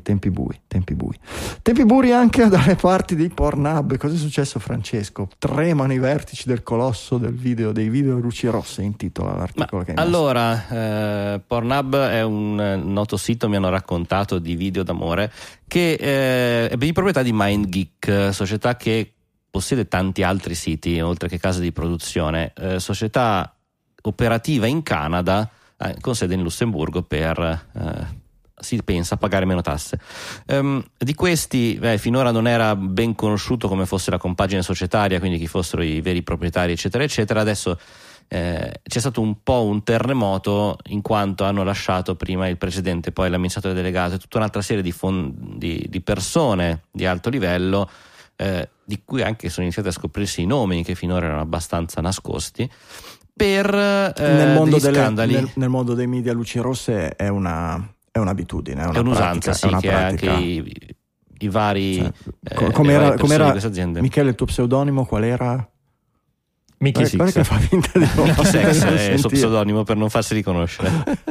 [SPEAKER 1] bui anche dalle parti di Pornhub. Cosa è successo, Francesco? Tremano i vertici del colosso dei video luci rosse, intitola l'articolo che hai messo.
[SPEAKER 4] Allora, Pornhub è un noto sito, mi hanno raccontato, di video d'amore che è di proprietà di MindGeek, società che possiede tanti altri siti oltre che case di produzione, società operativa in Canada con sede in Lussemburgo per si pensa pagare meno tasse. Di questi finora non era ben conosciuto come fosse la compagine societaria, quindi chi fossero i veri proprietari, eccetera eccetera. Adesso c'è stato un po' un terremoto, in quanto hanno lasciato prima il presidente, poi l'amministratore delegato e tutta un'altra serie di persone di alto livello, di cui anche sono iniziati a scoprirsi i nomi che finora erano abbastanza nascosti, per
[SPEAKER 1] nel mondo
[SPEAKER 4] scandali.
[SPEAKER 1] Nel mondo dei media luci rosse è un'abitudine,
[SPEAKER 4] è un'usanza, sì, che anche i vari
[SPEAKER 1] com'era
[SPEAKER 4] di queste aziende.
[SPEAKER 1] Michele, il tuo pseudonimo qual era?
[SPEAKER 3] Mickey Six.
[SPEAKER 1] Che fa finta di non
[SPEAKER 4] Mickey Six è il suo pseudonimo per non farsi riconoscere.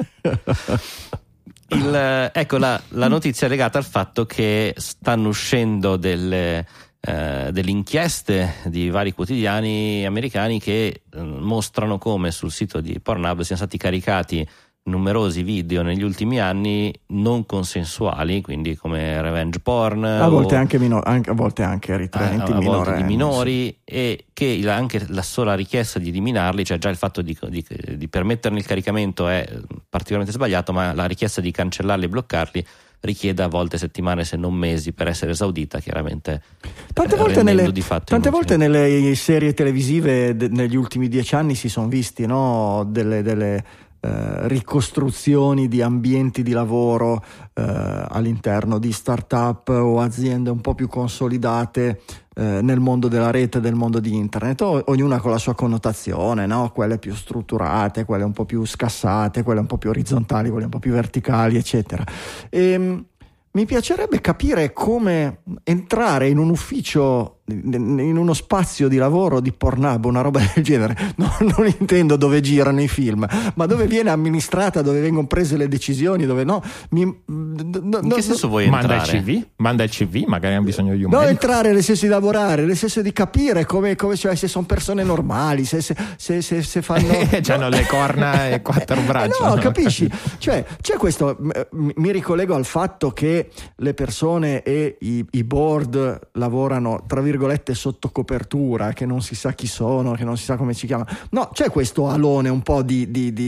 [SPEAKER 4] Ecco la notizia è legata al fatto che stanno uscendo delle inchieste di vari quotidiani americani che mostrano come sul sito di Pornhub siano stati caricati numerosi video negli ultimi anni non consensuali, quindi come revenge porn,
[SPEAKER 1] a volte anche ritraenti
[SPEAKER 4] di minori, sì. E che anche la sola richiesta di eliminarli, cioè già il fatto di permetterne il caricamento è particolarmente sbagliato, ma la richiesta di cancellarli e bloccarli richiede a volte settimane se non mesi per essere esaudita, chiaramente.
[SPEAKER 1] Tante volte nelle serie televisive negli ultimi 10 anni si sono visti, no, delle ricostruzioni di ambienti di lavoro all'interno di start-up o aziende un po' più consolidate nel mondo della rete, del mondo di internet, ognuna con la sua connotazione, no? Quelle più strutturate, quelle un po' più scassate, quelle un po' più orizzontali, quelle un po' più verticali, eccetera. Mi piacerebbe capire come entrare in un ufficio in uno spazio di lavoro di Pornhub, una roba del genere, non intendo dove girano i film, ma dove viene amministrata, dove vengono prese le decisioni, dove
[SPEAKER 4] in che senso vuoi entrare?
[SPEAKER 3] Manda il CV, magari hanno bisogno di un
[SPEAKER 1] non entrare, nel senso di lavorare, nel senso di capire come cioè, se sono persone normali, se fanno
[SPEAKER 3] hanno le corna e 4 braccia.
[SPEAKER 1] No, capisci? Cioè, c'è questo, mi ricollego al fatto che le persone e i board lavorano tra virgolette sotto copertura, che non si sa chi sono, che non si sa come si chiama. No, c'è questo alone un po' di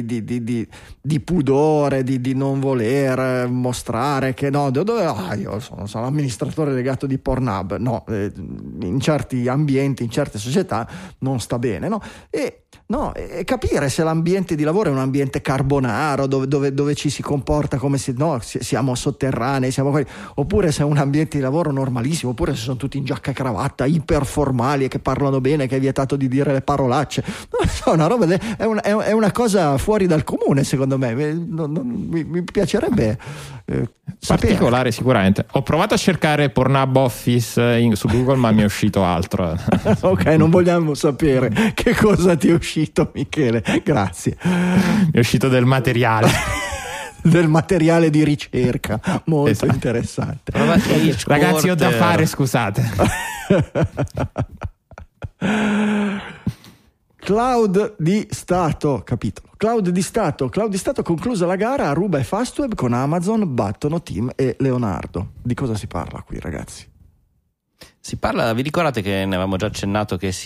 [SPEAKER 1] pudore, di non voler mostrare che io sono l'amministratore delegato di Pornhub. No, in certi ambienti, in certe società non sta bene, no? E capire se l'ambiente di lavoro è un ambiente carbonaro dove ci si comporta come se siamo sotterranei, oppure se è un ambiente di lavoro normalissimo, oppure se sono tutti in giacca e cravatta, iperformali e che parlano bene, che è vietato di dire le parolacce. Non so, una roba è una cosa fuori dal comune, secondo me. Mi piacerebbe
[SPEAKER 3] particolare sicuramente. Ho provato a cercare Pornhub Office su Google, ma mi è uscito altro.
[SPEAKER 1] Ok, non vogliamo sapere che cosa ti è uscito, Michele, grazie.
[SPEAKER 3] Mi è uscito del materiale.
[SPEAKER 1] Del materiale di ricerca molto interessante.
[SPEAKER 3] Ragazzi, ho da fare, scusate.
[SPEAKER 1] Cloud di Stato, capitolo. Cloud di Stato conclusa la gara, Aruba e Fastweb con Amazon battono TIM e Leonardo. Di cosa si parla qui, ragazzi?
[SPEAKER 4] Si parla, vi ricordate che ne avevamo già accennato che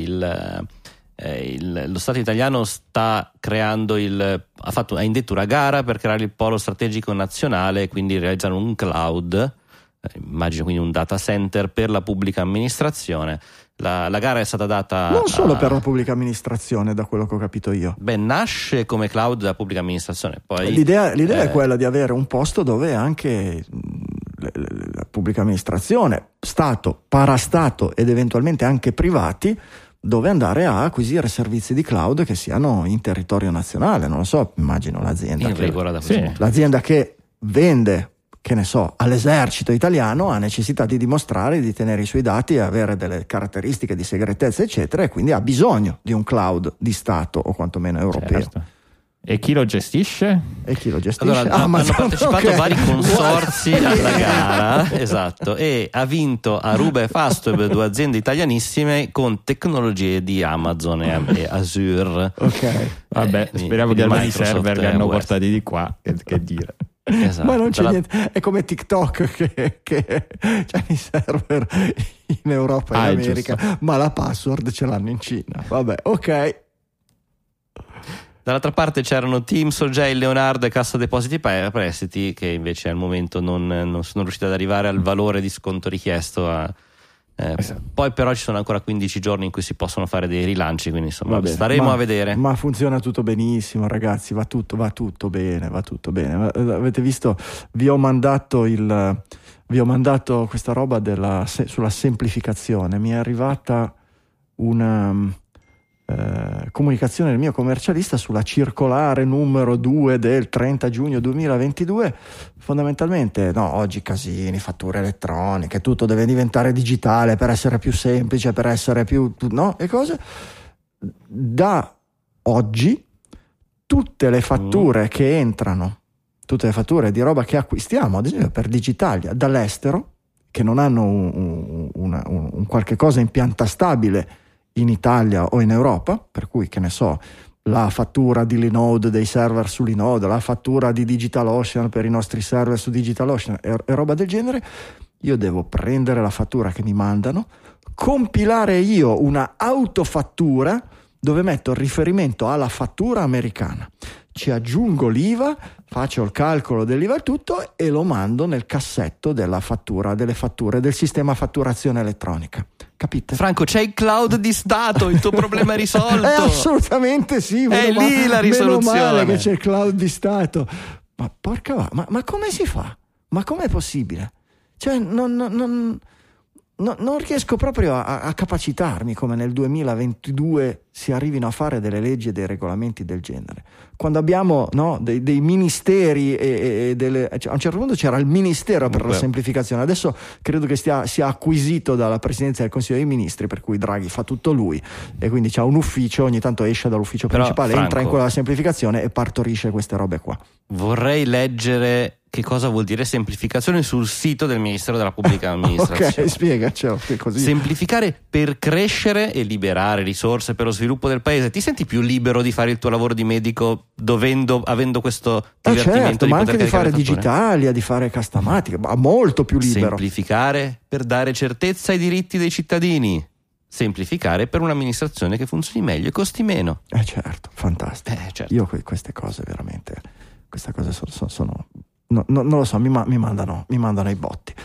[SPEAKER 4] lo Stato italiano sta creando ha indetto una gara per creare il polo strategico nazionale, quindi realizzare un cloud, immagino quindi un data center per la pubblica amministrazione. La gara è stata data
[SPEAKER 1] non solo per la pubblica amministrazione, da quello che ho capito io.
[SPEAKER 4] Nasce come cloud della pubblica amministrazione. Poi
[SPEAKER 1] l'idea è quella di avere un posto dove anche la pubblica amministrazione, Stato, parastato ed eventualmente anche privati, dove andare a acquisire servizi di cloud che siano in territorio nazionale. Non lo so, immagino l'azienda che vende, che ne so, all'esercito italiano ha necessità di dimostrare di tenere i suoi dati e avere delle caratteristiche di segretezza eccetera, e quindi ha bisogno di un cloud di Stato o quantomeno europeo.
[SPEAKER 3] Certo. E chi lo gestisce?
[SPEAKER 4] Allora, hanno partecipato vari consorzi alla gara, esatto, e ha vinto Aruba e Fastweb, 2 aziende italianissime con tecnologie di Amazon e Azure.
[SPEAKER 1] Ok.
[SPEAKER 3] Vabbè, speriamo che almeno i server li hanno portati di qua, che dire.
[SPEAKER 1] Esatto. Ma non c'è niente, è come TikTok che c'è i server in Europa e in America, giusto. Ma la password ce l'hanno in Cina. Vabbè, ok.
[SPEAKER 4] Dall'altra parte c'erano TIM, Sogei, Leonardo e Cassa Depositi e Prestiti, che invece al momento non sono riusciti ad arrivare al valore di sconto richiesto. Esatto. Poi però ci sono ancora 15 giorni in cui si possono fare dei rilanci, quindi insomma staremo a vedere.
[SPEAKER 1] Ma funziona tutto benissimo, ragazzi, va tutto bene. Avete visto? Vi ho mandato questa roba sulla semplificazione. Mi è arrivata una comunicazione del mio commercialista sulla circolare numero 2 del 30 giugno 2022. Fondamentalmente oggi casini, fatture elettroniche, tutto deve diventare digitale per essere più semplice, per essere più e cose. Da oggi tutte le fatture che entrano, tutte le fatture di roba che acquistiamo, ad esempio per Digitalia dall'estero, che non hanno un qualche cosa in pianta stabile in Italia o in Europa, per cui che ne so, la fattura di Linode dei server su Linode, la fattura di DigitalOcean per i nostri server su DigitalOcean e roba del genere, io devo prendere la fattura che mi mandano, compilare io una autofattura dove metto il riferimento alla fattura americana, ci aggiungo l'IVA, faccio il calcolo dell'IVA e tutto e lo mando nel cassetto delle fatture del sistema fatturazione elettronica. Capite?
[SPEAKER 4] Franco, c'è il cloud di Stato, il tuo problema è risolto.
[SPEAKER 1] Assolutamente sì.
[SPEAKER 4] È lì la risoluzione.
[SPEAKER 1] Meno male che c'è il cloud di Stato. Ma porca ma come si fa? Ma com'è possibile? Cioè, non riesco proprio a capacitarmi come nel 2022 si arrivino a fare delle leggi e dei regolamenti del genere, quando abbiamo, no, dei ministeri e cioè, a un certo punto c'era il ministero per la semplificazione, adesso credo che sia acquisito dalla presidenza del Consiglio dei Ministri, per cui Draghi fa tutto lui e quindi c'ha un ufficio, ogni tanto esce dall'ufficio principale, Franco, entra in quella semplificazione e partorisce queste robe qua.
[SPEAKER 4] Vorrei leggere che cosa vuol dire semplificazione sul sito del Ministero della Pubblica Amministrazione.
[SPEAKER 1] Ok, spiegacelo, così.
[SPEAKER 4] Semplificare per crescere e liberare risorse per lo sviluppo del paese. Ti senti più libero di fare il tuo lavoro di medico avendo questo divertimento?
[SPEAKER 1] Certo, ma anche di fare Digitalia, di fare Castamatica, ma molto più libero.
[SPEAKER 4] Semplificare per dare certezza ai diritti dei cittadini. Semplificare per un'amministrazione che funzioni meglio e costi meno.
[SPEAKER 1] Certo, fantastico.
[SPEAKER 4] Certo.
[SPEAKER 1] Io queste cose veramente, queste cose sono no, non lo so, mi mandano i botti.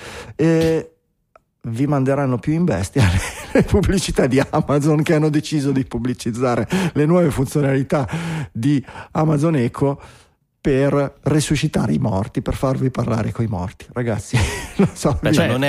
[SPEAKER 1] Vi manderanno più in bestia le pubblicità di Amazon, che hanno deciso di pubblicizzare le nuove funzionalità di Amazon Echo per resuscitare i morti, per farvi parlare coi morti, ragazzi. Non so,
[SPEAKER 4] non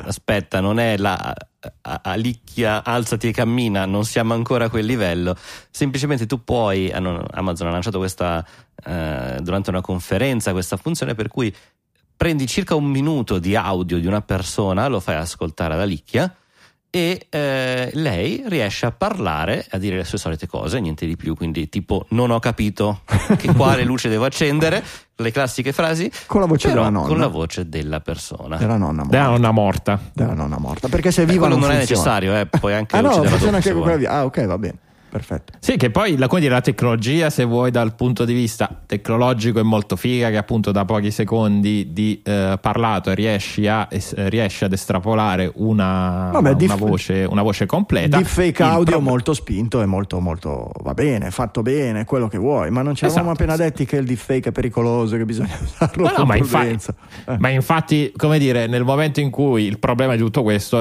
[SPEAKER 4] è la Alicchia alzati e cammina, non siamo ancora a quel livello. Semplicemente tu puoi, Amazon ha lanciato questa durante una conferenza questa funzione per cui prendi circa 1 minuto di audio di una persona, lo fai ascoltare ad Alicchia e lei riesce a parlare, a dire le sue solite cose, niente di più, quindi tipo non ho capito quale luce devo accendere, le classiche frasi
[SPEAKER 1] con la voce della nonna,
[SPEAKER 4] con la voce della persona,
[SPEAKER 1] della nonna morta, perché se viva
[SPEAKER 4] non è necessario, puoi anche
[SPEAKER 1] funziona anche con quella via. Ok, va bene. Perfetto.
[SPEAKER 3] Sì, che poi la tecnologia, se vuoi, dal punto di vista tecnologico è molto figa, che appunto da pochi secondi di parlato riesci ad estrapolare una voce completa.
[SPEAKER 1] Deepfake audio molto spinto e molto molto va bene, fatto bene, quello che vuoi, ma non ci eravamo appena detti che il deepfake è pericoloso, che bisogna usarlo con prudenza.
[SPEAKER 3] Ma infatti, come dire, nel momento in cui il problema di tutto questo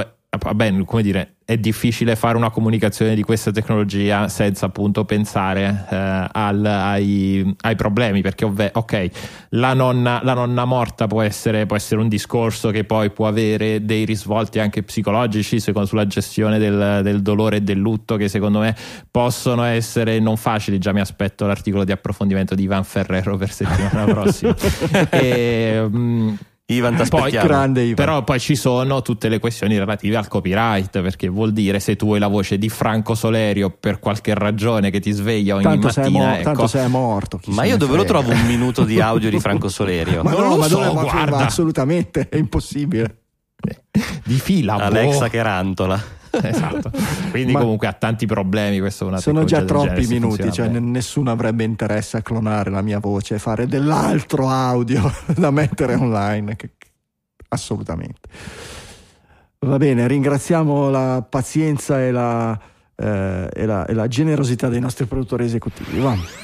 [SPEAKER 3] è difficile fare una comunicazione di questa tecnologia senza appunto pensare ai problemi, perché ok, la nonna morta può essere un discorso che poi può avere dei risvolti anche psicologici sulla gestione del dolore e del lutto, che secondo me possono essere non facili. Già mi aspetto l'articolo di approfondimento di Ivan Ferrero per settimana prossima.
[SPEAKER 4] Ivan,
[SPEAKER 1] grande Ivan.
[SPEAKER 3] Però poi ci sono tutte le questioni relative al copyright, perché vuol dire, se tu hai la voce di Franco Solerio per qualche ragione che ti sveglia ogni mattina,
[SPEAKER 1] tanto sei morto.
[SPEAKER 4] Ma io dove lo trovo 1 minuto di audio di Franco Solerio?
[SPEAKER 3] Guarda,
[SPEAKER 1] assolutamente è impossibile.
[SPEAKER 3] Di fila
[SPEAKER 4] Alexa che rantola.
[SPEAKER 3] Esatto. Quindi comunque ha tanti problemi.
[SPEAKER 1] Sono già troppi minuti, cioè nessuno avrebbe interesse a clonare la mia voce e fare dell'altro audio da mettere online, assolutamente. Va bene, ringraziamo la pazienza e la generosità dei nostri produttori esecutivi. Va.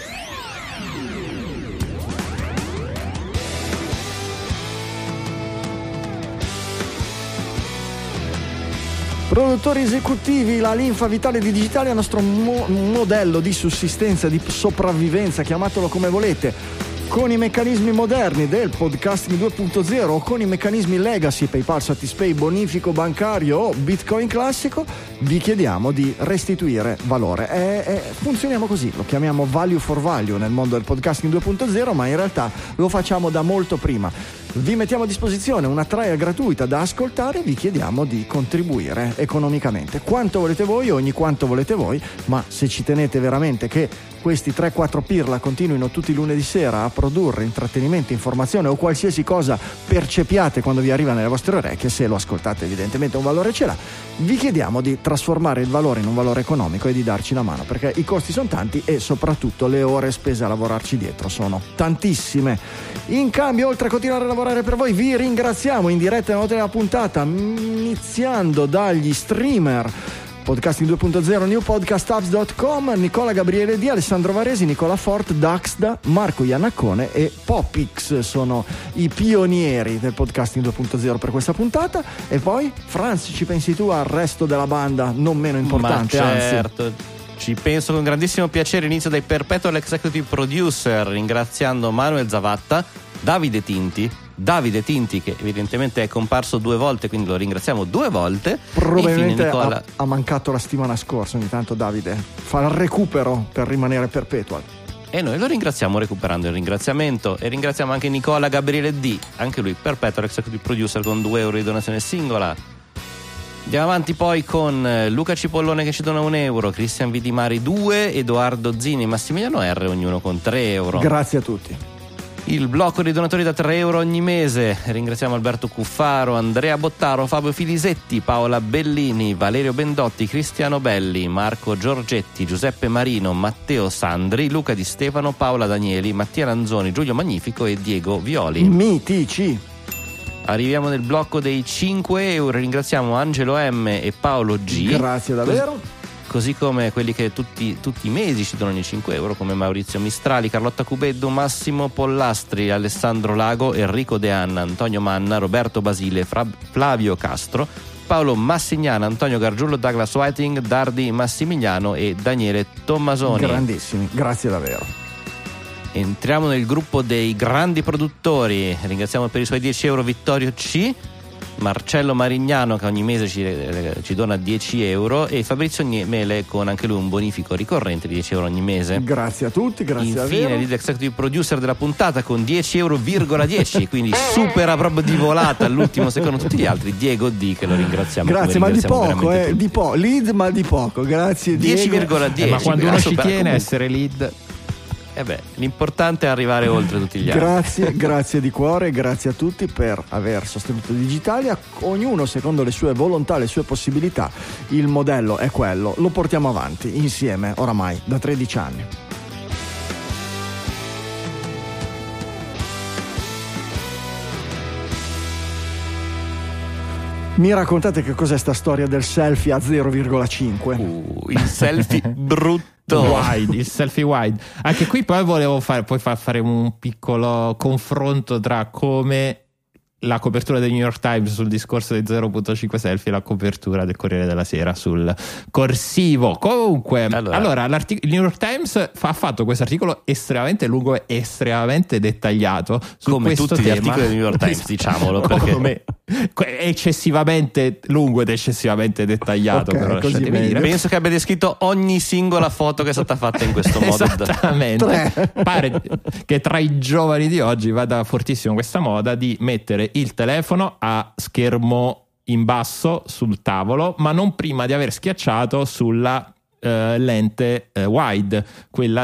[SPEAKER 1] Produttori esecutivi, la linfa vitale di Digitalia è il nostro modello di sussistenza, di sopravvivenza, chiamatelo come volete, con i meccanismi moderni del podcasting 2.0 o con i meccanismi legacy, PayPal, Satispay, bonifico bancario o Bitcoin classico. Vi chiediamo di restituire valore. Funzioniamo così, lo chiamiamo value for value nel mondo del podcasting 2.0, ma in realtà lo facciamo da molto prima. Vi mettiamo a disposizione una trial gratuita da ascoltare, vi chiediamo di contribuire economicamente quanto volete voi, ogni quanto volete voi, ma se ci tenete veramente che questi 3-4 pirla continuino tutti i lunedì sera a produrre intrattenimento, informazione o qualsiasi cosa percepiate quando vi arriva nelle vostre orecchie, se lo ascoltate evidentemente un valore ce l'ha, vi chiediamo di trasformare il valore in un valore economico e di darci una mano, perché i costi sono tanti e soprattutto le ore spese a lavorarci dietro sono tantissime. In cambio, oltre a continuare a lavorare per voi, vi ringraziamo in diretta nella della puntata, iniziando dagli streamer Podcasting 2.0, newpodcastapps.com, Nicola Gabriele D, Alessandro Varesi, Nicola Fort, Daxda, Marco Iannaccone e Popix sono i pionieri del Podcasting 2.0 per questa puntata. E poi, Franz, ci pensi tu al resto della banda non meno importante?
[SPEAKER 4] Ma certo, anzi, ci penso con grandissimo piacere. Inizio dai Perpetual Executive Producer, ringraziando Manuel Zavatta, Davide Tinti, Davide Tinti, che evidentemente è comparso 2 volte, quindi lo ringraziamo 2 volte.
[SPEAKER 1] Probabilmente
[SPEAKER 4] Nicola...
[SPEAKER 1] ha mancato la settimana scorsa. Ogni tanto Davide fa il recupero per rimanere perpetual.
[SPEAKER 4] E noi lo ringraziamo recuperando il ringraziamento. E ringraziamo anche Nicola Gabriele D, anche lui perpetual executive producer con 2 euro di donazione singola. Andiamo avanti poi con Luca Cipollone che ci dona 1 euro, Cristian Vidimari 2, Edoardo Zini e Massimiliano R, ognuno con 3 euro.
[SPEAKER 1] Grazie a tutti.
[SPEAKER 4] Il blocco dei donatori da 3 euro ogni mese. Ringraziamo Alberto Cuffaro, Andrea Bottaro, Fabio Filisetti, Paola Bellini, Valerio Bendotti, Cristiano Belli, Marco Giorgetti, Giuseppe Marino, Matteo Sandri, Luca Di Stefano, Paola Danieli, Mattia Lanzoni, Giulio Magnifico e Diego Violi.
[SPEAKER 1] Mitici.
[SPEAKER 4] Arriviamo nel blocco dei 5 euro. Ringraziamo Angelo M e Paolo G.
[SPEAKER 1] Grazie davvero.
[SPEAKER 4] Così come quelli che tutti i mesi ci donano i 5 euro, come Maurizio Mistrali, Carlotta Cubeddu, Massimo Pollastri, Alessandro Lago, Enrico De Anna, Antonio Manna, Roberto Basile, Flavio Castro, Paolo Massignana, Antonio Gargiullo, Douglas Whiting, Dardi Massimiliano e Daniele Tommasoni.
[SPEAKER 1] Grandissimi, grazie davvero.
[SPEAKER 4] Entriamo nel gruppo dei grandi produttori. Ringraziamo per i suoi 10 euro Vittorio C, Marcello Marignano che ogni mese ci dona 10 euro e Fabrizio Mele con anche lui un bonifico ricorrente di 10 euro ogni mese.
[SPEAKER 1] Grazie a tutti, grazie davvero.
[SPEAKER 4] Infine lead executive producer della puntata con 10 euro, 10, quindi supera proprio di volata all'ultimo secondo tutti gli altri, Diego D, che lo ringraziamo.
[SPEAKER 1] Grazie, ma di poco, lead ma di poco, grazie
[SPEAKER 4] 10,10.
[SPEAKER 3] Ma quando uno ci tiene a essere lead...
[SPEAKER 4] l'importante è arrivare oltre tutti gli altri.
[SPEAKER 1] Grazie di cuore, grazie a tutti per aver sostenuto Digitalia, ognuno secondo le sue volontà, le sue possibilità. Il modello è quello, lo portiamo avanti insieme oramai da 13 anni. Mi raccontate che cos'è sta storia del selfie a 0,5?
[SPEAKER 4] Il selfie brutto.
[SPEAKER 3] Wide, il selfie wide. Anche qui poi volevo fare un piccolo confronto tra come la copertura del New York Times sul discorso dei 0.5 selfie e la copertura del Corriere della Sera sul corsivo. Comunque, allora il New York Times ha fatto questo articolo estremamente lungo e estremamente dettagliato su
[SPEAKER 4] come
[SPEAKER 3] questo
[SPEAKER 4] tutti
[SPEAKER 3] tema.
[SPEAKER 4] Gli articoli del New York Times, diciamolo, perché
[SPEAKER 3] eccessivamente lungo ed eccessivamente dettagliato,
[SPEAKER 1] okay,
[SPEAKER 3] però lasciatemi dire.
[SPEAKER 4] Penso che abbia descritto ogni singola foto che è stata fatta in questo modo.
[SPEAKER 3] Esattamente. Pare che tra i giovani di oggi vada fortissimo questa moda di mettere il telefono a schermo in basso sul tavolo, ma non prima di aver schiacciato sulla lente wide, quella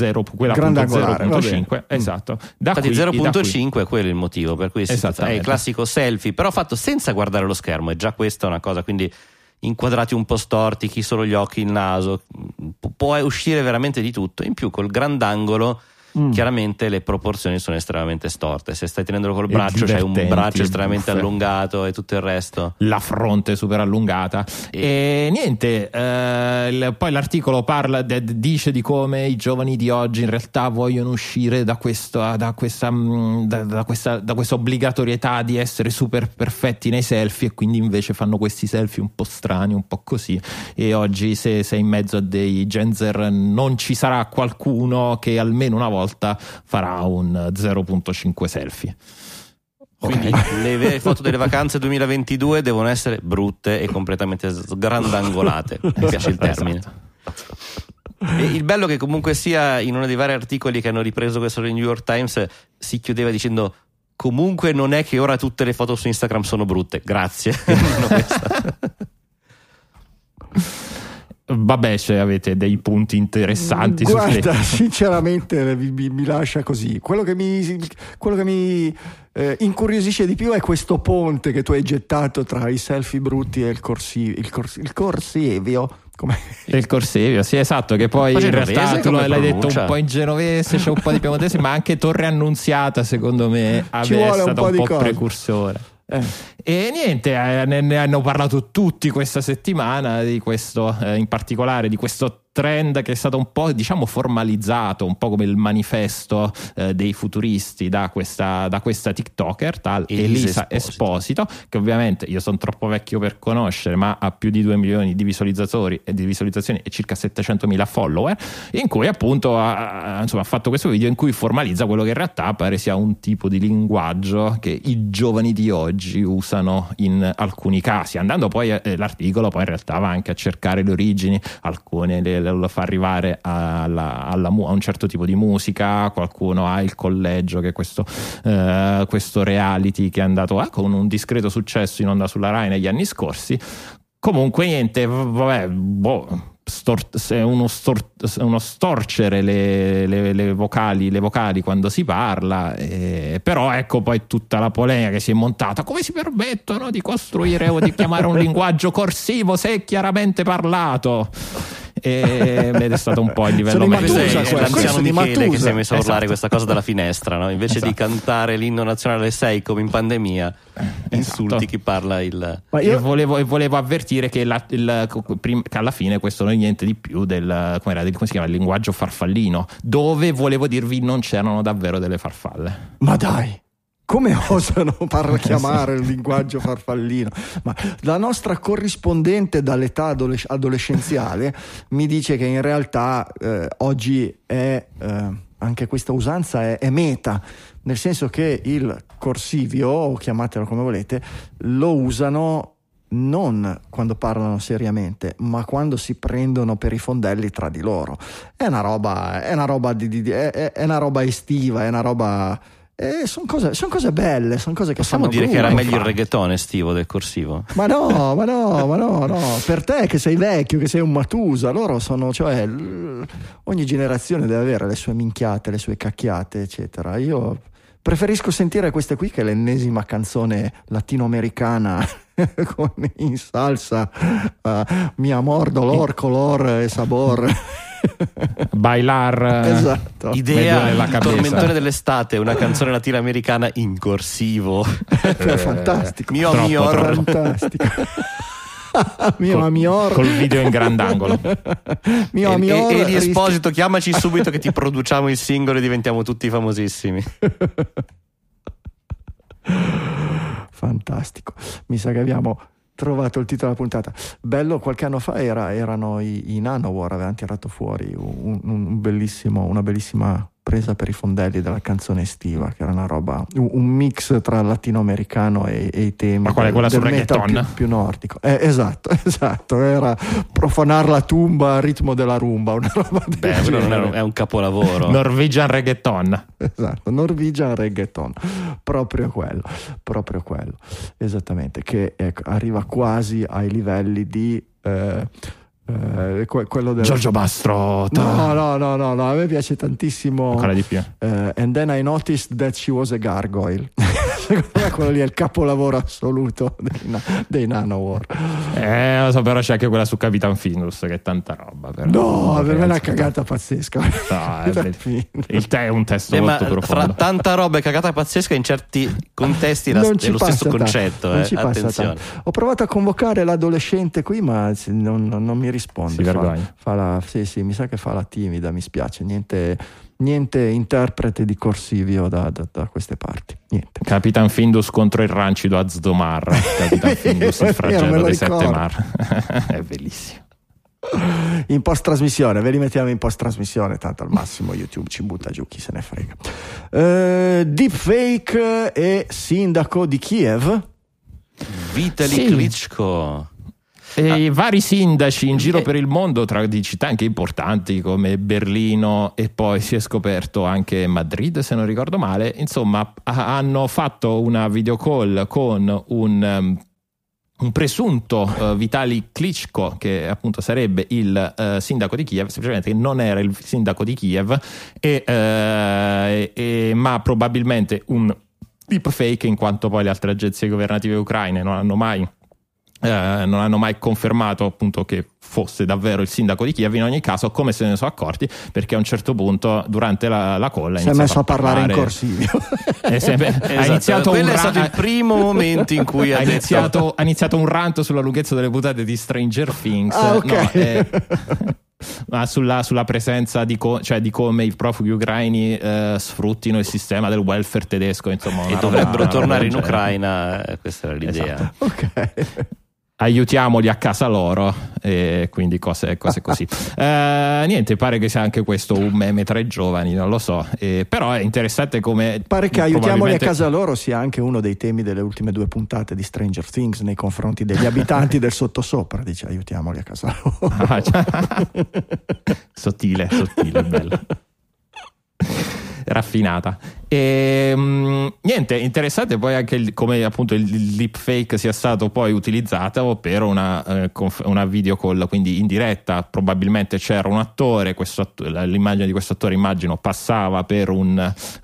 [SPEAKER 3] 0.5. Esatto.
[SPEAKER 4] Infatti 0.5 è quello il motivo per cui è il classico selfie, però fatto senza guardare lo schermo, e già questa è una cosa, quindi inquadrati un po' storti, chi solo gli occhi, il naso, può uscire veramente di tutto. In più col grandangolo chiaramente le proporzioni sono estremamente storte. Se stai tenendolo col braccio c'hai un braccio estremamente allungato e tutto il resto,
[SPEAKER 3] la fronte super allungata e niente. Poi l'articolo dice di come i giovani di oggi in realtà vogliono uscire da questa obbligatorietà di essere super perfetti nei selfie, e quindi invece fanno questi selfie un po' strani, un po' così. E oggi se sei in mezzo a dei Genzer non ci sarà qualcuno che almeno una volta farà un 0.5 selfie.
[SPEAKER 4] Quindi le foto delle vacanze 2022 devono essere brutte e completamente sgrandangolate. Mi piace il termine. E il bello che comunque sia, in uno dei vari articoli che hanno ripreso questo del New York Times, si chiudeva dicendo: comunque non è che ora tutte le foto su Instagram sono brutte, grazie.
[SPEAKER 1] Vabbè,
[SPEAKER 3] se avete dei punti interessanti.
[SPEAKER 1] Guarda, sinceramente mi lascia così. Quello che mi incuriosisce di più è questo ponte che tu hai gettato tra i selfie brutti e il corsivio.
[SPEAKER 3] Il corsivio, sì, esatto, che poi in realtà tu l'hai detto un po' in genovese, c'è un po' di piemontese, ma anche Torre Annunziata secondo me è stato un po' precursore. E niente, ne hanno parlato tutti questa settimana di questo, in particolare di questo trend che è stato un po', diciamo, formalizzato, un po' come il manifesto dei futuristi da questa TikToker, tal Elisa Esposito, che ovviamente io sono troppo vecchio per conoscere, ma ha più di 2 milioni di visualizzazioni e circa 700.000 follower, in cui appunto ha fatto questo video in cui formalizza quello che in realtà pare sia un tipo di linguaggio che i giovani di oggi usano in alcuni casi, andando poi l'articolo poi in realtà va anche a cercare le origini, alcune lo fa arrivare a un certo tipo di musica, qualcuno ha il collegio, che è questo reality che è andato con un discreto successo in onda sulla Rai negli anni scorsi. Comunque niente, vabbè, uno storcere le vocali quando si parla, però ecco poi tutta la polemica che si è montata: come si permettono di costruire o di chiamare un linguaggio corsivo se è chiaramente parlato? Ed è stato un po' il livello medio.
[SPEAKER 4] È l'anziano Michele che si è messo a urlare questa cosa dalla finestra, no? Invece di cantare l'inno nazionale alle 6 come in pandemia, insulti chi parla il...
[SPEAKER 3] Ma io volevo avvertire che alla fine questo non è niente di più come si chiama, il linguaggio farfallino, dove volevo dirvi non c'erano davvero delle farfalle.
[SPEAKER 1] Ma dai, come osano chiamare il linguaggio farfallino? Ma la nostra corrispondente dall'età adolescenziale mi dice che in realtà oggi è anche questa usanza è meta, nel senso che il corsivio, o chiamatelo come volete, lo usano non quando parlano seriamente, ma quando si prendono per i fondelli tra di loro. È una roba estiva, è una roba... sono cose belle, sono cose che
[SPEAKER 4] possiamo dire che era meglio il reggaeton estivo del corsivo.
[SPEAKER 1] Ma no, per te che sei vecchio, che sei un Matusa, loro sono, cioè, ogni generazione deve avere le sue minchiate, le sue cacchiate, eccetera. Io preferisco sentire queste qui che l'ennesima canzone latinoamericana in salsa, mi amor, dolor, color e sabor.
[SPEAKER 3] Bailar,
[SPEAKER 1] esatto.
[SPEAKER 4] Idea tormentone dell'estate, una canzone latinoamericana in corsivo.
[SPEAKER 1] Fantastico.
[SPEAKER 4] Mio amior.
[SPEAKER 1] Fantastico. Mio amior.
[SPEAKER 3] Col video in grandangolo.
[SPEAKER 1] Mio amior.
[SPEAKER 4] E di Esposito, chiamaci subito che ti produciamo il singolo e diventiamo tutti famosissimi.
[SPEAKER 1] Fantastico. Mi sa che abbiamo trovato il titolo della puntata. Bello, qualche anno fa erano i Nanowar, avevano tirato fuori una bellissima presa per i fondelli della canzone estiva, che era una roba, un mix tra latinoamericano e i temi.
[SPEAKER 3] Ma qual è quella sul reggaeton?
[SPEAKER 1] Più nordico. Esatto, era profanar la tumba al ritmo della rumba, una roba del genere.
[SPEAKER 4] È un capolavoro.
[SPEAKER 3] Norwegian reggaeton.
[SPEAKER 1] Esatto, Norwegian reggaeton, proprio quello, esattamente, che arriva quasi ai livelli di quello del
[SPEAKER 3] Giorgio Mastro.
[SPEAKER 1] No, a me piace tantissimo.
[SPEAKER 3] Ancora di più.
[SPEAKER 1] And then I noticed that she was a gargoyle. Secondo me quello lì è il capolavoro assoluto dei Nanowar.
[SPEAKER 3] Lo so, però c'è anche quella su Capitan Findus che è tanta roba. Però.
[SPEAKER 1] No, per me è una cagata pazzesca.
[SPEAKER 3] Il te è un testo molto profondo.
[SPEAKER 4] Fra tanta roba e cagata pazzesca, in certi contesti è lo stesso concetto. Attenzione.
[SPEAKER 1] Ho provato a convocare l'adolescente qui, ma non mi risponde.
[SPEAKER 3] Si vergogna.
[SPEAKER 1] Sì, mi sa che fa la timida, mi spiace. Niente interprete di corsivio da queste parti. Niente.
[SPEAKER 3] Capitan Findus contro il rancido Azdomar. Capitan Findus, il flagello dei 7 mar. È bellissimo.
[SPEAKER 1] In post trasmissione, ve li mettiamo in post trasmissione, tanto al massimo YouTube ci butta giù, chi se ne frega. Deepfake e sindaco di Kiev
[SPEAKER 4] Vitali Klitschko.
[SPEAKER 3] E vari sindaci in giro per il mondo, di città anche importanti come Berlino e poi si è scoperto anche Madrid, se non ricordo male, insomma hanno fatto una video call con un presunto Vitali Klitschko, che appunto sarebbe il sindaco di Kiev, semplicemente che non era il sindaco di Kiev, ma probabilmente un deepfake, in quanto poi le altre agenzie governative ucraine non hanno mai confermato appunto che fosse davvero il sindaco di Kiev. In ogni caso, come se ne sono accorti? Perché a un certo punto durante la call
[SPEAKER 1] si è messo a parlare in corsivio.
[SPEAKER 4] Esatto, quello è stato il primo momento in cui ha
[SPEAKER 3] iniziato un rant sulla lunghezza delle puntate di Stranger Things.
[SPEAKER 1] Okay.
[SPEAKER 3] ma sulla presenza di come i profughi ucraini sfruttino il sistema del welfare tedesco, insomma,
[SPEAKER 4] e dovrebbero tornare in Ucraina, questa era l'idea.
[SPEAKER 3] Esatto. Ok. Aiutiamoli a casa loro, e quindi cose così. Niente, pare che sia anche questo un meme tra i giovani, non lo so, però è interessante come
[SPEAKER 1] pare che aiutiamoli a casa loro sia anche uno dei temi delle ultime 2 puntate di Stranger Things nei confronti degli abitanti del sottosopra. Dice aiutiamoli a casa loro.
[SPEAKER 3] Sottile, bello. Raffinata. E niente, interessante poi anche come appunto il deepfake sia stato poi utilizzato per una video call, quindi in diretta. Probabilmente c'era un attore, l'immagine di questo attore, immagino, passava per un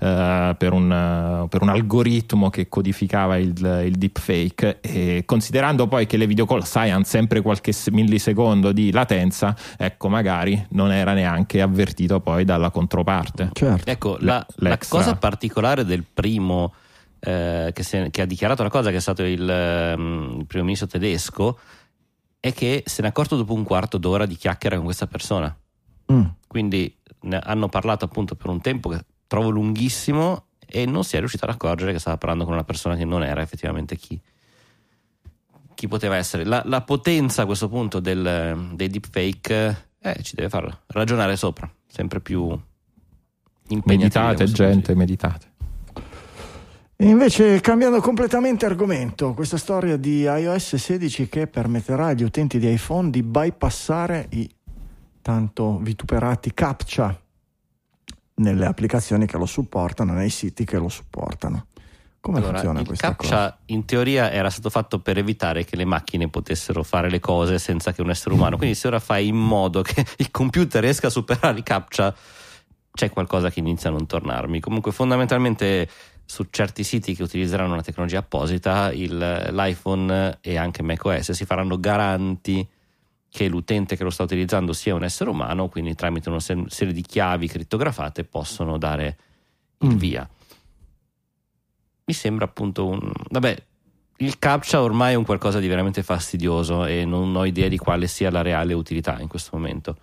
[SPEAKER 3] algoritmo che codificava il deepfake, e considerando poi che le video call, sai, hanno sempre qualche millisecondo di latenza, ecco, magari non era neanche avvertito poi dalla controparte.
[SPEAKER 1] Certo.
[SPEAKER 4] Ecco, la cosa particolare del primo che ha dichiarato la cosa, che è stato il primo ministro tedesco, è che se ne è accorto dopo un quarto d'ora di chiacchiera con questa persona. Quindi hanno parlato appunto per un tempo che trovo lunghissimo, e non si è riuscito ad accorgere che stava parlando con una persona che non era effettivamente chi poteva essere. La potenza a questo punto dei deepfake ci deve far ragionare sopra, sempre più
[SPEAKER 3] meditate, gente, meditate.
[SPEAKER 1] E invece, cambiando completamente argomento, questa storia di iOS 16 che permetterà agli utenti di iPhone di bypassare i tanto vituperati CAPTCHA nelle applicazioni che lo supportano, nei siti che lo supportano. Come funziona questa cosa? Il
[SPEAKER 4] CAPTCHA in teoria era stato fatto per evitare che le macchine potessero fare le cose senza che un essere umano, quindi se ora fai in modo che il computer riesca a superare il CAPTCHA, c'è qualcosa che inizia a non tornarmi. Comunque fondamentalmente su certi siti che utilizzeranno una tecnologia apposita, l'iPhone e anche macOS si faranno garanti che l'utente che lo sta utilizzando sia un essere umano, quindi tramite una serie di chiavi crittografate possono dare il via. Mi sembra appunto il CAPTCHA ormai è un qualcosa di veramente fastidioso e non ho idea di quale sia la reale utilità in questo momento.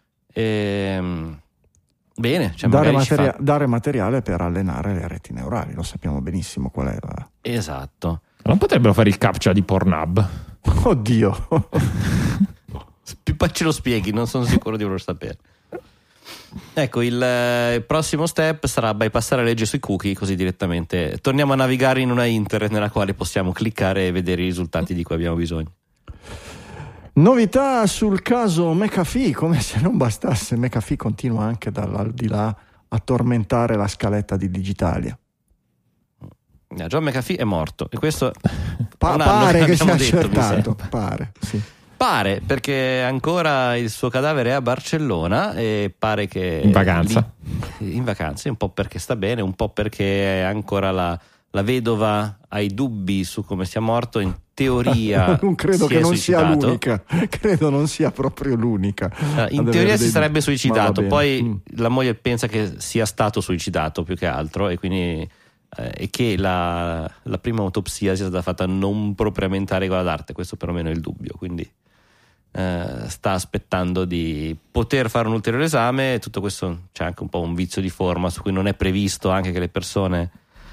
[SPEAKER 4] Bene, cioè
[SPEAKER 1] dare materiale per allenare le reti neurali, lo sappiamo benissimo qual è la...
[SPEAKER 4] Esatto.
[SPEAKER 3] Non potrebbero fare il CAPTCHA di Pornhub?
[SPEAKER 1] Oddio.
[SPEAKER 4] Poi ce lo spieghi, non sono sicuro di voler sapere. Ecco, il prossimo step sarà bypassare la legge sui cookie, così direttamente torniamo a navigare in una internet nella quale possiamo cliccare e vedere i risultati di cui abbiamo bisogno.
[SPEAKER 1] Novità sul caso McAfee, come se non bastasse, McAfee continua anche dall'aldilà a tormentare la scaletta di Digitalia.
[SPEAKER 4] John McAfee è morto e questo
[SPEAKER 1] pare che sia accertato, pare, sì.
[SPEAKER 4] Pare, perché ancora il suo cadavere è a Barcellona e pare che
[SPEAKER 3] in vacanza,
[SPEAKER 4] un po' perché sta bene, un po' perché ancora la vedova ha i dubbi su come sia morto. In teoria
[SPEAKER 1] non credo che non sia l'unica, credo non sia proprio l'unica.
[SPEAKER 4] In teoria si sarebbe suicidato, poi la moglie pensa che sia stato suicidato più che altro, e quindi e che la prima autopsia sia stata fatta non propriamente a regola d'arte, questo perlomeno è il dubbio, quindi sta aspettando di poter fare un ulteriore esame. Tutto questo c'è anche un po' un vizio di forma su cui non è previsto anche che le persone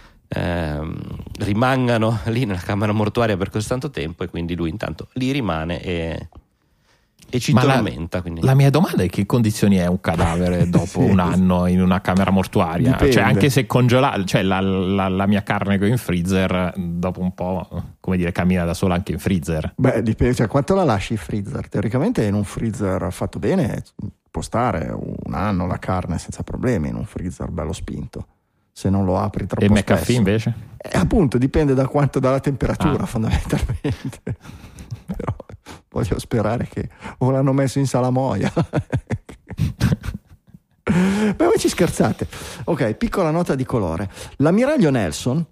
[SPEAKER 4] rimangano lì nella camera mortuaria per così tanto tempo, e quindi lui intanto lì rimane e ci tormenta. Quindi
[SPEAKER 3] la mia domanda è: che condizioni è un cadavere dopo un anno in una camera mortuaria?
[SPEAKER 1] Dipende.
[SPEAKER 3] Cioè, anche se congelato, cioè la mia carne che ho in freezer dopo un po', come dire, cammina da sola anche in freezer.
[SPEAKER 1] Beh, dipende, cioè, quanto la lasci in freezer? Teoricamente in un freezer fatto bene può stare un anno la carne senza problemi, in un freezer bello spinto, se non lo apri troppo spesso.
[SPEAKER 3] E McAfee invece?
[SPEAKER 1] Appunto, dipende dalla temperatura fondamentalmente. Però voglio sperare che o l'hanno messo in salamoia. Beh, voi ci scherzate. Ok, piccola nota di colore. L'ammiraglio Nelson,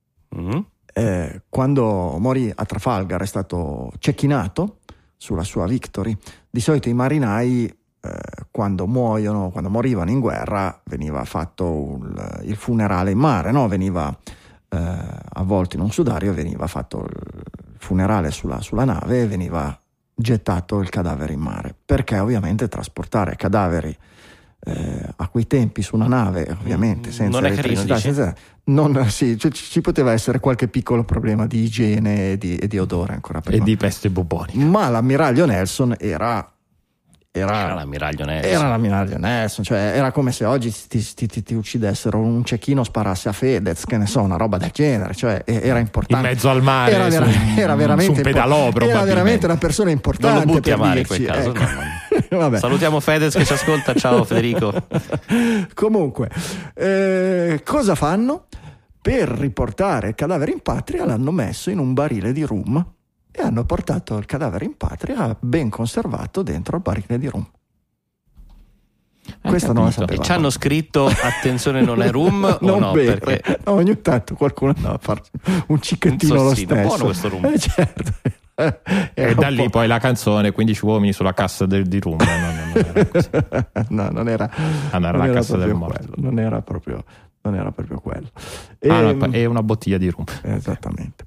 [SPEAKER 1] quando morì a Trafalgar, è stato cecchinato sulla sua Victory. Di solito i marinai quando morivano in guerra veniva fatto il funerale in mare, no? Veniva avvolto in un sudario, veniva fatto il funerale sulla nave, veniva gettato il cadavere in mare, perché ovviamente trasportare cadaveri a quei tempi su una nave, ovviamente senza
[SPEAKER 4] non è
[SPEAKER 1] elettricità, ci poteva essere qualche piccolo problema di igiene e di odore ancora prima.
[SPEAKER 3] E di peste bubbonica.
[SPEAKER 1] Ma l'ammiraglio Nelson era
[SPEAKER 4] l'ammiraglio Nelson,
[SPEAKER 1] cioè era come se oggi ti uccidessero, un cecchino sparasse a Fedez, che ne so, una roba del genere, cioè era importante.
[SPEAKER 3] In mezzo al mare,
[SPEAKER 1] era veramente
[SPEAKER 3] su un pedalò,
[SPEAKER 1] era veramente una persona importante.
[SPEAKER 4] Non lo butti a mare in
[SPEAKER 1] dirci,
[SPEAKER 4] quel caso.
[SPEAKER 1] Ecco.
[SPEAKER 4] No. Vabbè. Salutiamo Fedez che ci ascolta, ciao Federico.
[SPEAKER 1] Comunque, cosa fanno? Per riportare il cadavere in patria l'hanno messo in un barile di rum e hanno portato il cadavere in patria ben conservato dentro il barile di rum. Questa non la sapevo.
[SPEAKER 4] E ci hanno scritto attenzione, non è rum o
[SPEAKER 1] non
[SPEAKER 4] no?
[SPEAKER 1] Bere.
[SPEAKER 4] Perché
[SPEAKER 1] ogni tanto qualcuno andava a farci un cicchettino lo stesso.
[SPEAKER 4] Buono questo rum.
[SPEAKER 1] Certo.
[SPEAKER 3] E da lì poi la canzone 15 uomini sulla cassa di rum. Non era così.
[SPEAKER 1] No, non era
[SPEAKER 3] la cassa del morto.
[SPEAKER 1] Non era proprio quello.
[SPEAKER 3] No, è una bottiglia di rum.
[SPEAKER 1] Esattamente.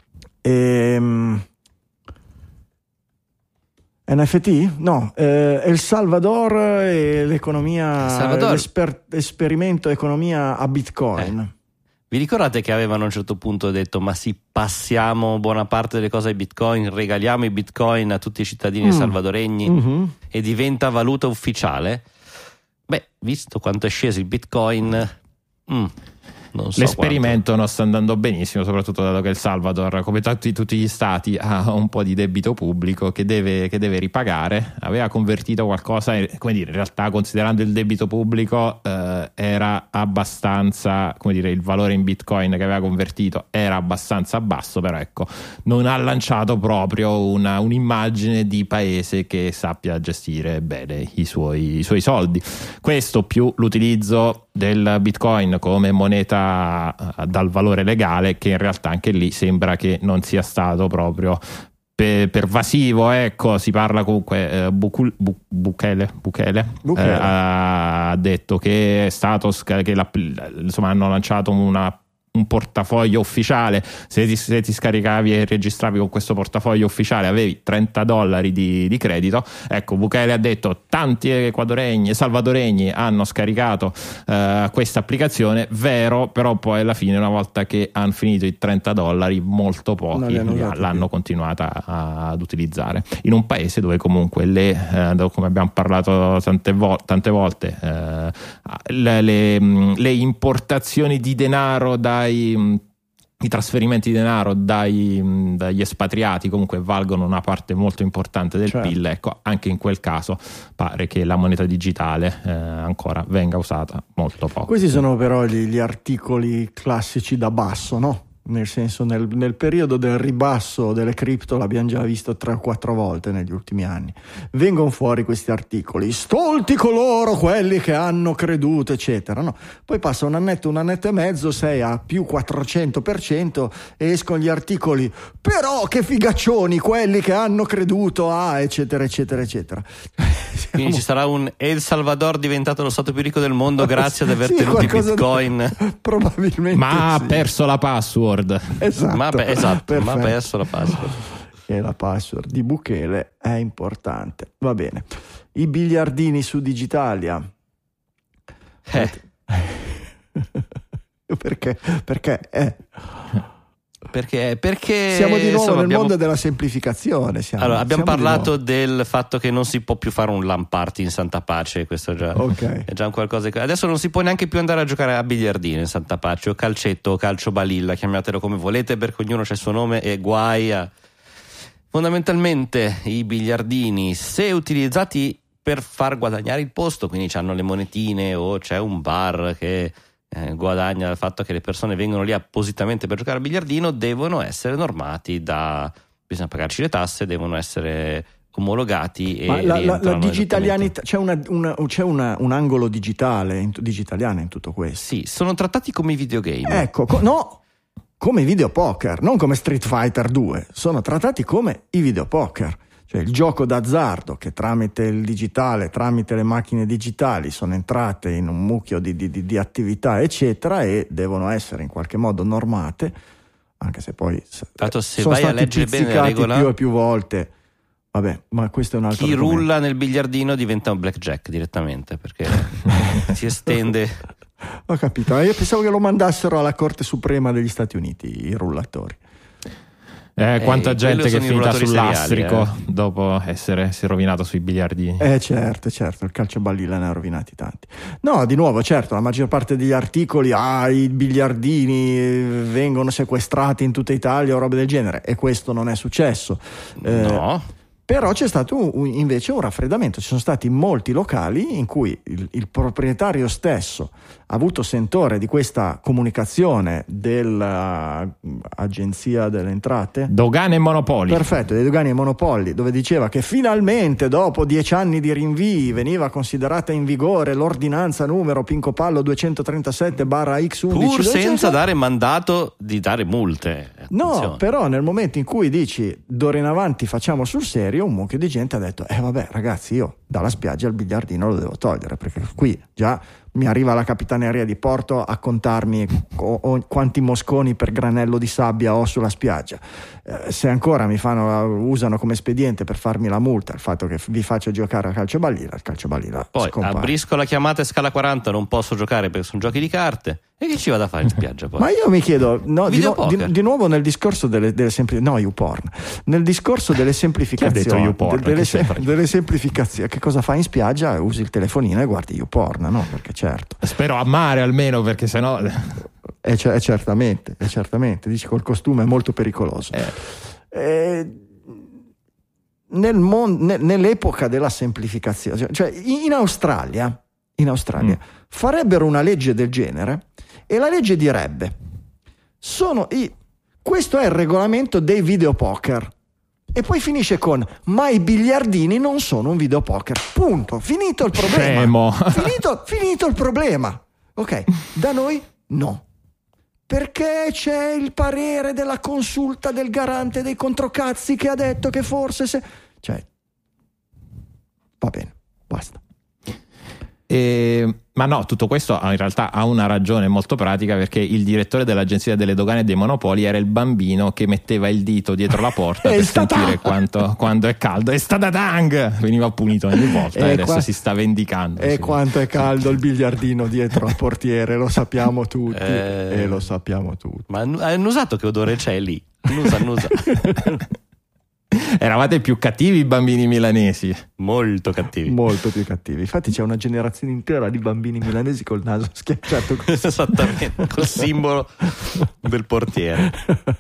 [SPEAKER 1] NFT? No, El Salvador e l'economia, l'esperimento economia a Bitcoin.
[SPEAKER 4] Vi ricordate che avevano a un certo punto detto ma sì, passiamo buona parte delle cose ai Bitcoin, regaliamo i Bitcoin a tutti i cittadini salvadoregni e diventa valuta ufficiale? Beh, visto quanto è sceso il Bitcoin, non so
[SPEAKER 3] l'esperimento non sta andando benissimo, soprattutto dato che il Salvador, come tutti gli stati, ha un po' di debito pubblico che deve ripagare. Aveva convertito qualcosa, come dire, in realtà considerando il debito pubblico era abbastanza, come dire, il valore in Bitcoin che aveva convertito era abbastanza basso, però ecco, non ha lanciato proprio un'immagine di paese che sappia gestire bene i suoi soldi. Questo più l'utilizzo del Bitcoin come moneta dal valore legale, che in realtà anche lì sembra che non sia stato proprio pervasivo. Ecco, si parla comunque Bukele ha detto che è stato insomma hanno lanciato un portafoglio ufficiale. Se ti scaricavi e registravi con questo portafoglio ufficiale avevi $30 di credito. Ecco, Bukele ha detto tanti equadoregni e salvadoregni hanno scaricato questa applicazione, vero, però poi alla fine, una volta che hanno finito i $30, molto pochi l'hanno continuata ad utilizzare in un paese dove comunque come abbiamo parlato tante volte, le importazioni di denaro i trasferimenti di denaro dagli espatriati comunque valgono una parte molto importante del PIL. Ecco, anche in quel caso pare che la moneta digitale ancora venga usata molto poco.
[SPEAKER 1] Questi sono però gli articoli classici da basso, no? Nel senso, nel periodo del ribasso delle cripto l'abbiamo già visto 3 o 4 volte negli ultimi anni. Vengono fuori questi articoli: stolti coloro quelli che hanno creduto, eccetera, no? Poi passa un annetto e mezzo, sei a più 400% e escono gli articoli: però che figaccioni quelli che hanno creduto a eccetera eccetera eccetera.
[SPEAKER 4] Quindi ci sarà un El Salvador diventato lo stato più ricco del mondo grazie ad aver tenuto i Bitcoin.
[SPEAKER 1] Probabilmente
[SPEAKER 3] ma ha perso la password.
[SPEAKER 1] Esatto,
[SPEAKER 4] ma ha perso la password.
[SPEAKER 1] E la password di Bukele è importante. Va bene. I biliardini su Digitalia. Perché? Perché
[SPEAKER 4] siamo
[SPEAKER 1] di nuovo nel mondo della semplificazione.
[SPEAKER 4] Abbiamo parlato del fatto che non si può più fare un LAN party in Santa Pace. Questo è già un qualcosa che adesso non si può neanche più andare a giocare a biliardino in Santa Pace, o calcetto o calcio balilla, chiamatelo come volete, perché ognuno c'ha il suo nome e guai a... Fondamentalmente i biliardini, se utilizzati per far guadagnare il posto, quindi hanno le monetine o c'è un bar che guadagna dal fatto che le persone vengono lì appositamente per giocare a biliardino, devono essere normati bisogna pagarci le tasse, devono essere omologati. E
[SPEAKER 1] la digitalianità, c'è un angolo digitaliano in tutto questo.
[SPEAKER 4] Sì, sono trattati come i videogame.
[SPEAKER 1] Ecco, come i videopoker, non come Street Fighter 2, sono trattati come i videopoker. Cioè il gioco d'azzardo che tramite il digitale, tramite le macchine digitali sono entrate in un mucchio di attività eccetera, e devono essere in qualche modo normate, anche se poi
[SPEAKER 4] tanto se
[SPEAKER 1] sono
[SPEAKER 4] vai a leggere bene la regola
[SPEAKER 1] più e più volte Vabbè, ma questo è un altro
[SPEAKER 4] Chi
[SPEAKER 1] argomento.
[SPEAKER 4] rulla nel biliardino diventa un blackjack direttamente, perché si estende.
[SPEAKER 1] Ho capito, io pensavo che lo mandassero alla Corte Suprema degli Stati Uniti i rullatori.
[SPEAKER 3] Quanta gente che è finita sull'astrico
[SPEAKER 4] seriali,
[SPEAKER 3] dopo si è rovinato sui biliardini.
[SPEAKER 1] Certo, il calcio balilla ne ha rovinati tanti. No, di nuovo, certo, la maggior parte degli articoli, i biliardini vengono sequestrati in tutta Italia o robe del genere, e questo non è successo.
[SPEAKER 4] No.
[SPEAKER 1] Però c'è stato invece un raffreddamento. Ci sono stati molti locali in cui il proprietario stesso ha avuto sentore di questa comunicazione dell'Agenzia delle Entrate,
[SPEAKER 3] Dogane e Monopoli.
[SPEAKER 1] Perfetto, dei Dogani e Monopoli, dove diceva che finalmente dopo 10 anni di rinvii veniva considerata in vigore l'ordinanza numero Pincopallo 237/X11,
[SPEAKER 4] pur senza dare mandato di dare multe. Attenzione.
[SPEAKER 1] No, però nel momento in cui dici d'ora in avanti facciamo sul serio, un mucchio di gente ha detto vabbè ragazzi, io dalla spiaggia il biliardino lo devo togliere, perché qui già mi arriva la capitaneria di porto a contarmi quanti mosconi per granello di sabbia ho sulla spiaggia. Se ancora usano come espediente per farmi la multa il fatto che vi faccio giocare a calcio balilla, il calcio balilla
[SPEAKER 4] poi
[SPEAKER 1] scompare.
[SPEAKER 4] A Briscola Chiamata e Scala 40 non posso giocare perché sono giochi di carte, e che ci vado a fare in spiaggia poi?
[SPEAKER 1] Ma io mi chiedo,
[SPEAKER 4] Videopoker.
[SPEAKER 1] di nuovo nel discorso delle YouPorn, nel discorso delle semplificazioni,
[SPEAKER 3] Chi ha detto YouPorn?
[SPEAKER 1] delle semplificazioni, che cosa fai in spiaggia? Usi il telefonino e guardi YouPorn, no? Perché certo.
[SPEAKER 3] Spero a mare almeno, perché sennò
[SPEAKER 1] certamente, dici col costume è molto pericoloso. Nell'epoca della semplificazione, cioè in Australia farebbero una legge del genere e la legge direbbe: questo è il regolamento dei videopoker, e poi finisce con: ma i biliardini non sono un videopoker, punto, finito il problema. finito il problema. Ok, da noi no, perché c'è il parere della consulta del garante dei controcazzi che ha detto che forse va bene, basta.
[SPEAKER 3] Ma no, tutto questo in realtà ha una ragione molto pratica, perché il direttore dell'Agenzia delle Dogane e dei Monopoli era il bambino che metteva il dito dietro la porta per sentire quando è caldo, e stadatang veniva punito ogni volta, e adesso si sta vendicando.
[SPEAKER 1] E quanto è caldo il biliardino dietro al portiere, lo sappiamo tutti, lo sappiamo tutti.
[SPEAKER 4] Ma hai annusato che odore c'è lì? Annusa.
[SPEAKER 3] Eravate più cattivi i bambini milanesi.
[SPEAKER 4] Molto cattivi.
[SPEAKER 1] Molto più cattivi. Infatti c'è una generazione intera di bambini milanesi col naso schiacciato così.
[SPEAKER 4] Esattamente, col simbolo del portiere.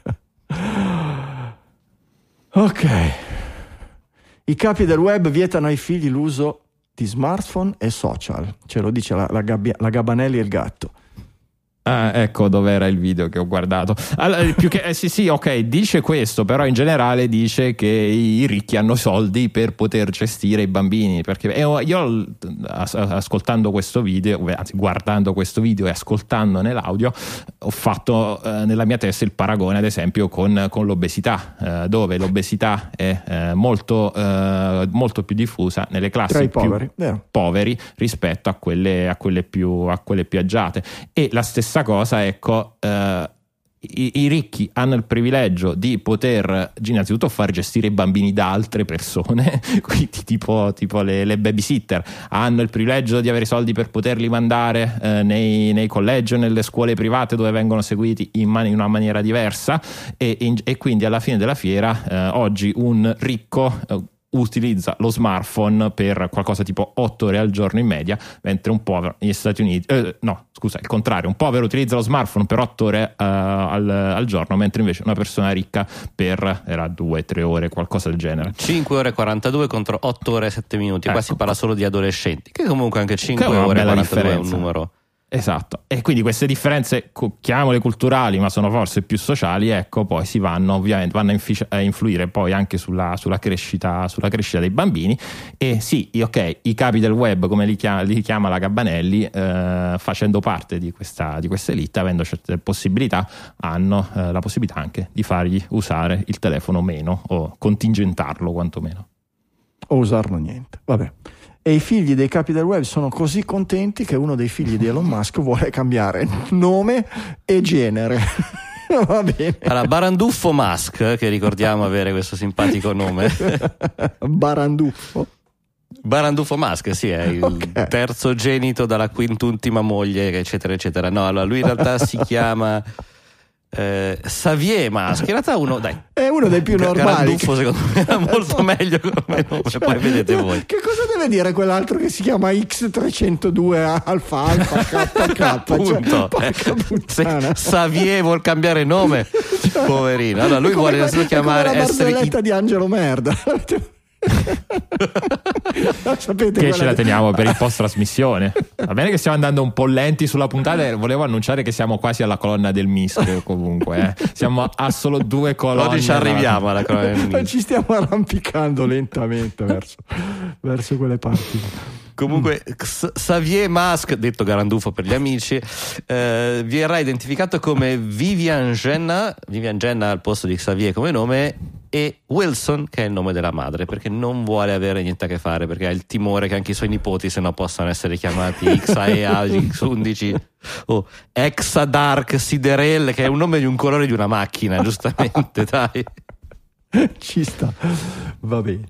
[SPEAKER 1] Ok. I capi del web vietano ai figli l'uso di smartphone e social. Ce lo dice la Gabanelli e il gatto.
[SPEAKER 3] Ecco dov'era il video che ho guardato. Allora, più che sì, ok, dice questo, però in generale dice che i ricchi hanno soldi per poter gestire i bambini, perché io ascoltando questo video, anzi guardando questo video e ascoltando nell'audio, ho fatto nella mia testa il paragone ad esempio con l'obesità, dove l'obesità è molto più diffusa nelle classi
[SPEAKER 1] tra i
[SPEAKER 3] più poveri rispetto a quelle più agiate, e la stessa cosa, ecco, i ricchi hanno il privilegio di poter innanzitutto far gestire i bambini da altre persone, quindi tipo le babysitter, hanno il privilegio di avere soldi per poterli mandare nei collegi o nelle scuole private dove vengono seguiti in una maniera diversa, e quindi alla fine della fiera oggi un ricco utilizza lo smartphone per qualcosa tipo 8 ore al giorno in media, mentre un povero negli Stati Uniti il contrario, un povero utilizza lo smartphone per 8 ore al giorno, mentre invece una persona ricca era 2-3 ore, qualcosa del genere.
[SPEAKER 4] 5 ore e 42 contro 8 ore e 7 minuti. Qua si parla solo di adolescenti, che comunque anche 5 ore e 42 è un numero.
[SPEAKER 3] Esatto, e quindi queste differenze, chiamiamole culturali, ma sono forse più sociali, ecco, poi vanno a influire poi anche sulla crescita dei bambini. E sì, ok, i capi del web, come li chiama la Gabanelli, facendo parte di questa elite, avendo certe possibilità, hanno la possibilità anche di fargli usare il telefono meno, o contingentarlo quantomeno,
[SPEAKER 1] o usarlo niente, vabbè. E i figli dei capi del web sono così contenti che uno dei figli di Elon Musk vuole cambiare nome e genere. Va bene.
[SPEAKER 4] Allora, Baranduffo Musk, che ricordiamo avere questo simpatico nome.
[SPEAKER 1] Baranduffo
[SPEAKER 4] Musk, sì, è il terzogenito dalla quintultima moglie, eccetera eccetera. No, allora lui in realtà si chiama Xavier Musk. In realtà
[SPEAKER 1] è uno dei più normali.
[SPEAKER 4] Baranduffo secondo me era molto meglio come nome, poi vedete voi.
[SPEAKER 1] Che cosa deve dire quell'altro che si chiama X302 Alfa KK?
[SPEAKER 4] Appunto, se Xavier vuol cambiare nome, poverino. Allora lui vuole chiamare
[SPEAKER 1] la barzelletta di Angelo Merda.
[SPEAKER 3] Sapete che ce la teniamo per il post trasmissione. Va bene che stiamo andando un po' lenti sulla puntata e volevo annunciare che siamo quasi alla colonna del Mischio. Comunque siamo a solo 2 colonne.
[SPEAKER 4] Oggi ci arriviamo alla colonna del Mischio.
[SPEAKER 1] Ci stiamo arrampicando lentamente verso quelle parti.
[SPEAKER 4] Comunque Xavier Musk, detto Garandufo per gli amici, verrà identificato come Vivian Jenna al posto di Xavier come nome, e Wilson, che è il nome della madre, perché non vuole avere niente a che fare, perché ha il timore che anche i suoi nipoti se no possano essere chiamati XAEA X11 o Exadark Siderel, che è un nome di un colore di una macchina, giustamente. Dai,
[SPEAKER 1] ci sta, va bene.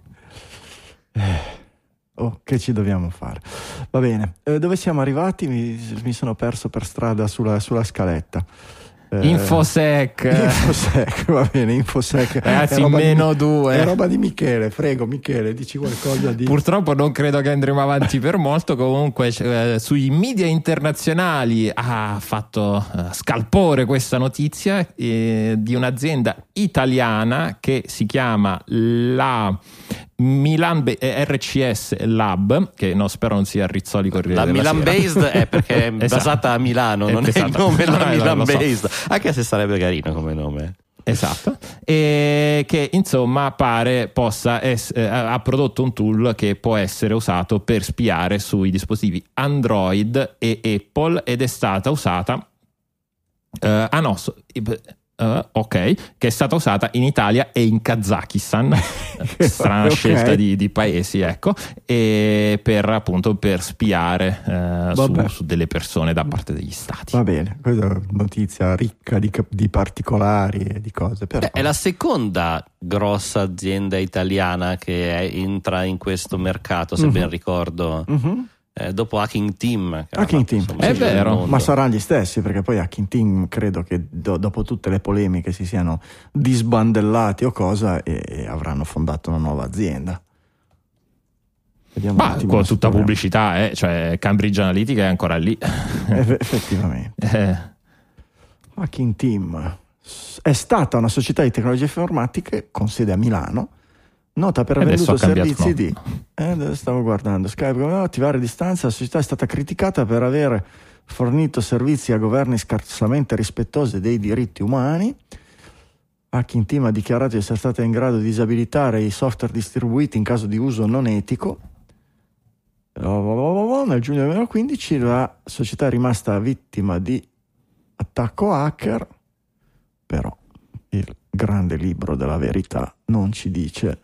[SPEAKER 1] Che ci dobbiamo fare? Va bene, dove siamo arrivati? Mi sono perso per strada sulla scaletta.
[SPEAKER 3] Infosec,
[SPEAKER 1] va bene, Infosec.
[SPEAKER 3] Ragazzi, -2.
[SPEAKER 1] È roba di Michele, prego Michele, dici qualcosa di...
[SPEAKER 3] Purtroppo non credo che andremo avanti per molto. Comunque sui media internazionali ha fatto scalpore questa notizia di un'azienda italiana che si chiama la Milan RCS Lab, che no, spero non sia Rizzoli Corriere
[SPEAKER 4] la
[SPEAKER 3] della
[SPEAKER 4] Milan
[SPEAKER 3] Sera.
[SPEAKER 4] Based è perché è basata a Milano, non è il nome la Milan Based, anche se sarebbe carino come nome.
[SPEAKER 3] Esatto, e che insomma pare possa ha prodotto un tool che può essere usato per spiare sui dispositivi Android e Apple, ed è stata usata che è stata usata in Italia e in Kazakistan. Strana scelta di paesi, ecco, e per spiare su delle persone da parte degli stati.
[SPEAKER 1] Va bene, questa è una notizia ricca di particolari e di cose. Però
[SPEAKER 4] è la seconda grossa azienda italiana che entra in questo mercato, se ben ricordo. Dopo Hacking Team,
[SPEAKER 3] è vero,
[SPEAKER 1] ma saranno gli stessi, perché poi Hacking Team credo che dopo tutte le polemiche si siano disbandellati o cosa e avranno fondato una nuova azienda.
[SPEAKER 3] Ma con tutta pubblicità, cioè Cambridge Analytica è ancora lì.
[SPEAKER 1] Effettivamente. Hacking Team è stata una società di tecnologie informatiche con sede a Milano, nota per aver venduto servizi di stavo guardando Skype, attivare a distanza. La società è stata criticata per aver fornito servizi a governi scarsamente rispettosi dei diritti umani. Hacking Team ha dichiarato di essere stata in grado di disabilitare i software distribuiti in caso di uso non etico. Nel giugno 2015 la società è rimasta vittima di attacco hacker, però il grande libro della verità non ci dice.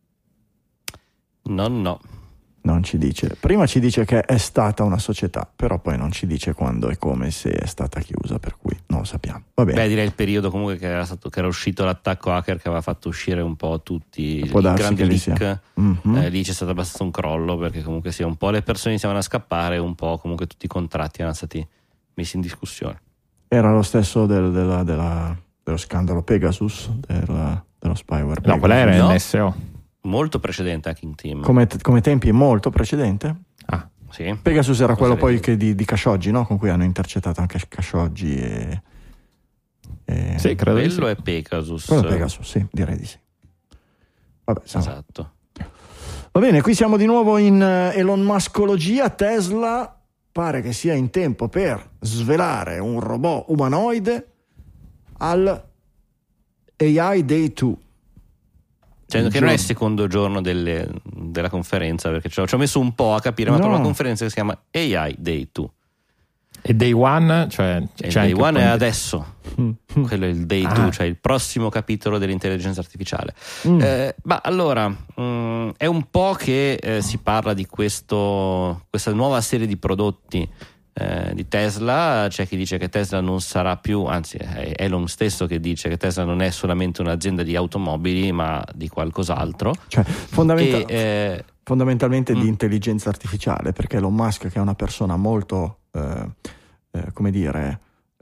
[SPEAKER 1] Non ci dice. Prima ci dice che è stata una società, però poi non ci dice quando e come, se è stata chiusa, per cui non lo sappiamo. Va bene.
[SPEAKER 4] Direi il periodo comunque che era uscito l'attacco hacker che aveva fatto uscire un po' tutti i grandi leak. Lì c'è stato abbastanza un crollo, perché comunque un po' le persone iniziavano a scappare, un po' comunque tutti i contratti erano stati messi in discussione.
[SPEAKER 1] Era lo stesso dello scandalo Pegasus, dello spyware Pegasus.
[SPEAKER 3] No, quella era NSO.
[SPEAKER 4] Molto precedente a Hacking Team.
[SPEAKER 1] Come tempi è molto precedente?
[SPEAKER 4] Sì.
[SPEAKER 1] Pegasus era quello poi di Khashoggi, no? Con cui hanno intercettato anche Khashoggi
[SPEAKER 3] sì, credo
[SPEAKER 4] quello è Pegasus.
[SPEAKER 1] Quello è Pegasus, sì, direi di sì. Vabbè,
[SPEAKER 4] esatto.
[SPEAKER 1] Va bene, qui siamo di nuovo in Elon Muskologia. Tesla pare che sia in tempo per svelare un robot umanoide al AI Day 2.
[SPEAKER 4] Cioè, che non è il secondo giorno della conferenza, perché ci ho messo un po' a capire, ma per una conferenza che si chiama AI Day 2.
[SPEAKER 3] E Day 1? Cioè,
[SPEAKER 4] Day 1 è adesso. Quello è il Day 2, cioè il prossimo capitolo dell'intelligenza artificiale. Ma allora, è un po' che si parla di questa nuova serie di prodotti di Tesla. C'è chi dice che Tesla non sarà più, anzi è Elon stesso che dice che Tesla non è solamente un'azienda di automobili ma di qualcos'altro,
[SPEAKER 1] cioè fondamentalmente di intelligenza artificiale, perché Elon Musk, che è una persona molto come dire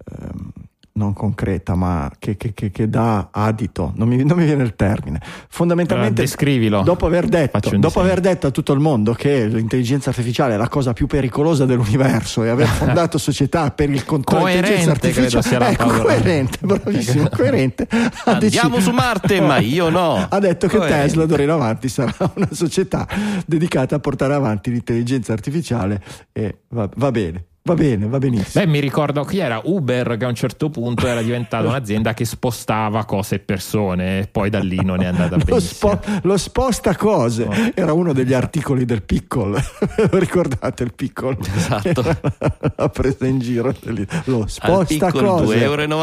[SPEAKER 1] non concreta, ma che dà adito, non mi viene il termine, fondamentalmente
[SPEAKER 3] descrivilo.
[SPEAKER 1] Dopo aver detto a tutto il mondo che l'intelligenza artificiale è la cosa più pericolosa dell'universo e aver fondato società per il controllo dell'intelligenza artificiale, coerente, bravissimo, coerente,
[SPEAKER 4] andiamo su Marte, ma io no,
[SPEAKER 1] ha detto che Tesla d'ora in avanti sarà una società dedicata a portare avanti l'intelligenza artificiale, e va bene. Va benissimo.
[SPEAKER 3] Mi ricordo chi era Uber, che a un certo punto era diventata un'azienda che spostava cose e persone, e poi da lì non è andata benissimo.
[SPEAKER 1] Lo sposta cose era uno degli articoli del Piccolo. Ricordate il Piccolo?
[SPEAKER 4] Esatto.
[SPEAKER 1] L'ha presa in giro. Lo sposta cose.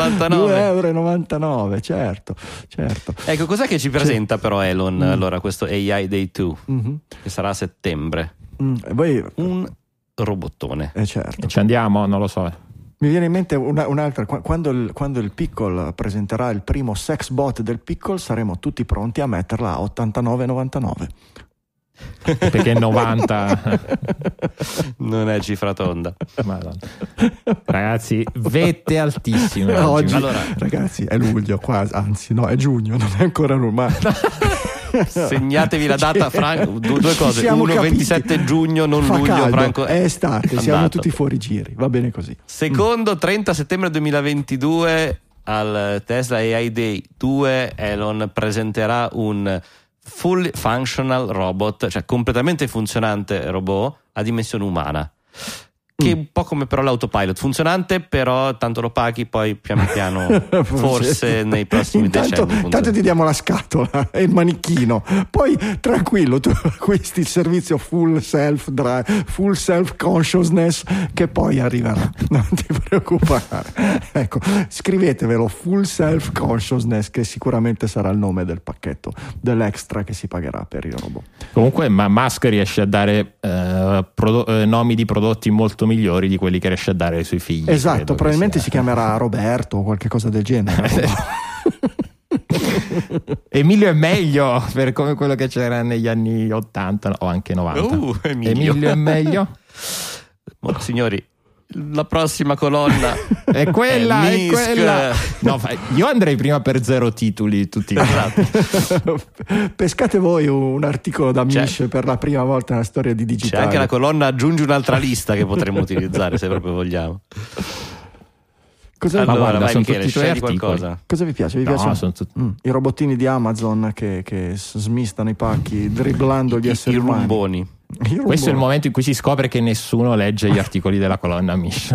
[SPEAKER 1] 2,99 €. Certo.
[SPEAKER 4] Ecco, cos'è che ci presenta però Elon allora questo AI Day 2 che sarà a settembre? Un robottone.
[SPEAKER 1] Certo.
[SPEAKER 3] Ci andiamo? Non lo so.
[SPEAKER 1] Mi viene in mente un'altra. Quando il Piccolo presenterà il primo sex bot del Piccolo, saremo tutti pronti a metterla a 89,99.
[SPEAKER 3] Perché 90
[SPEAKER 4] non è cifra tonda.
[SPEAKER 3] Madonna. Ragazzi, vette altissime
[SPEAKER 1] oggi. Allora, ragazzi, è luglio quasi, anzi no, è giugno, non è ancora normale.
[SPEAKER 4] Segnatevi la data, Franco. Due cose: uno, 27 giugno, non
[SPEAKER 1] fa
[SPEAKER 4] luglio,
[SPEAKER 1] caldo,
[SPEAKER 4] Franco.
[SPEAKER 1] È estate, siamo tutti fuori giri, va bene così.
[SPEAKER 4] Secondo, 30 settembre 2022 al Tesla AI Day 2 Elon presenterà un fully functional robot, cioè completamente funzionante robot a dimensione umana, che è un po' come però l'autopilot, funzionante, però tanto lo paghi, poi piano piano forse nei prossimi decenni.
[SPEAKER 1] Intanto ti diamo la scatola e il manichino, poi tranquillo, tu acquisti il servizio full self consciousness che poi arriverà, non ti preoccupare. Ecco, scrivetevelo, full self consciousness, che sicuramente sarà il nome del pacchetto, dell'extra che si pagherà per il robot.
[SPEAKER 3] Comunque Musk riesce a dare nomi di prodotti molto migliori di quelli che riesce a dare ai suoi figli.
[SPEAKER 1] Esatto, probabilmente si chiamerà Roberto o qualche cosa del genere.
[SPEAKER 3] Emilio è meglio, per come quello che c'era negli anni 80 o anche 90. Emilio è meglio.
[SPEAKER 4] Signori, la prossima colonna
[SPEAKER 3] è quella. No, io andrei prima per 0 titoli tutti.
[SPEAKER 4] Esatto.
[SPEAKER 1] Pescate voi un articolo da Mish per la prima volta nella storia di digitale.
[SPEAKER 4] C'è anche la colonna aggiungi un'altra lista che potremmo utilizzare se proprio vogliamo.
[SPEAKER 1] Allora,
[SPEAKER 3] guarda,
[SPEAKER 4] vai,
[SPEAKER 3] sono
[SPEAKER 4] Michele,
[SPEAKER 3] tutti i tuoi
[SPEAKER 4] scegli
[SPEAKER 3] articoli.
[SPEAKER 4] qualcosa.
[SPEAKER 1] Cosa vi piace? Vi piacciono i robottini di Amazon che smistano i pacchi dribblando gli esseri umani?
[SPEAKER 4] Rumboni.
[SPEAKER 3] Questo è il momento in cui si scopre che nessuno legge gli articoli della colonna Mish.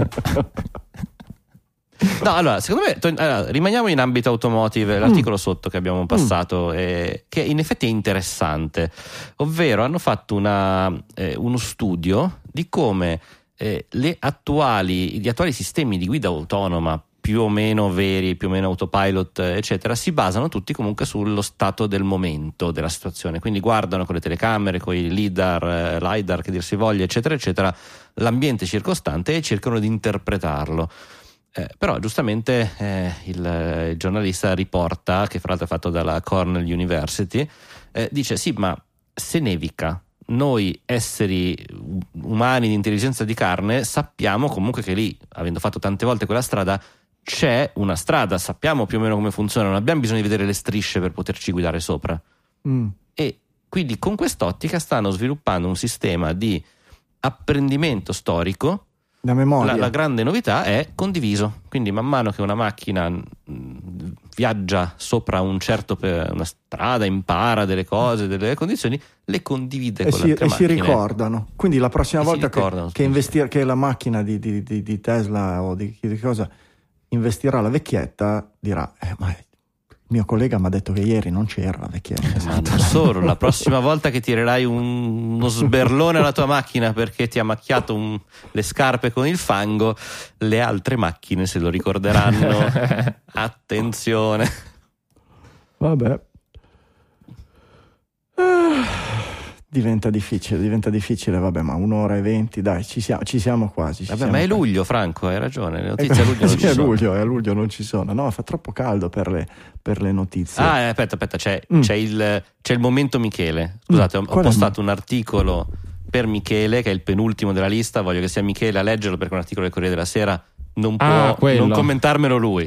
[SPEAKER 4] No, allora, secondo me rimaniamo in ambito automotive. L'articolo sotto che abbiamo passato che in effetti è interessante, ovvero hanno fatto uno studio di come gli attuali sistemi di guida autonoma, più o meno veri, più o meno autopilot, eccetera, si basano tutti comunque sullo stato del momento della situazione. Quindi guardano con le telecamere, con i LiDAR che dir si voglia, eccetera, eccetera, l'ambiente circostante e cercano di interpretarlo. Però giustamente il giornalista riporta, che fra l'altro è fatto dalla Cornell University, dice sì, ma se nevica, noi esseri umani di intelligenza di carne sappiamo comunque che lì, avendo fatto tante volte quella strada, c'è una strada, sappiamo più o meno come funziona, non abbiamo bisogno di vedere le strisce per poterci guidare sopra. E quindi con quest'ottica stanno sviluppando un sistema di apprendimento storico.
[SPEAKER 1] La memoria.
[SPEAKER 4] La grande novità è condiviso, quindi man mano che una macchina viaggia sopra una strada, impara delle cose, delle condizioni, le condivide con le altre macchine.
[SPEAKER 1] E si ricordano. Quindi la prossima volta che la macchina di Tesla o di cosa investirà la vecchietta, dirà ma il mio collega mi ha detto che ieri non c'era la vecchietta.
[SPEAKER 4] Esatto. Solo la prossima volta che tirerai uno sberlone alla tua macchina perché ti ha macchiato le scarpe con il fango, le altre macchine se lo ricorderanno. Attenzione.
[SPEAKER 1] Vabbè. Diventa difficile, vabbè, ma 1:20, dai, ci siamo quasi.
[SPEAKER 4] Ma è luglio, Franco, hai ragione, le notizie a luglio non ci sono.
[SPEAKER 1] A luglio non ci sono, no, fa troppo caldo per le notizie.
[SPEAKER 4] Aspetta, c'è il momento Michele. Scusate, ho postato un articolo per Michele, che è il penultimo della lista, voglio che sia Michele a leggerlo perché è un articolo del Corriere della Sera, non può non commentarmelo lui.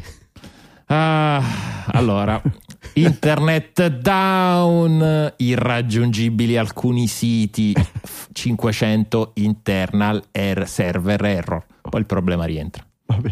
[SPEAKER 3] Allora, internet down, irraggiungibili alcuni siti, 500 internal server error, poi il problema rientra.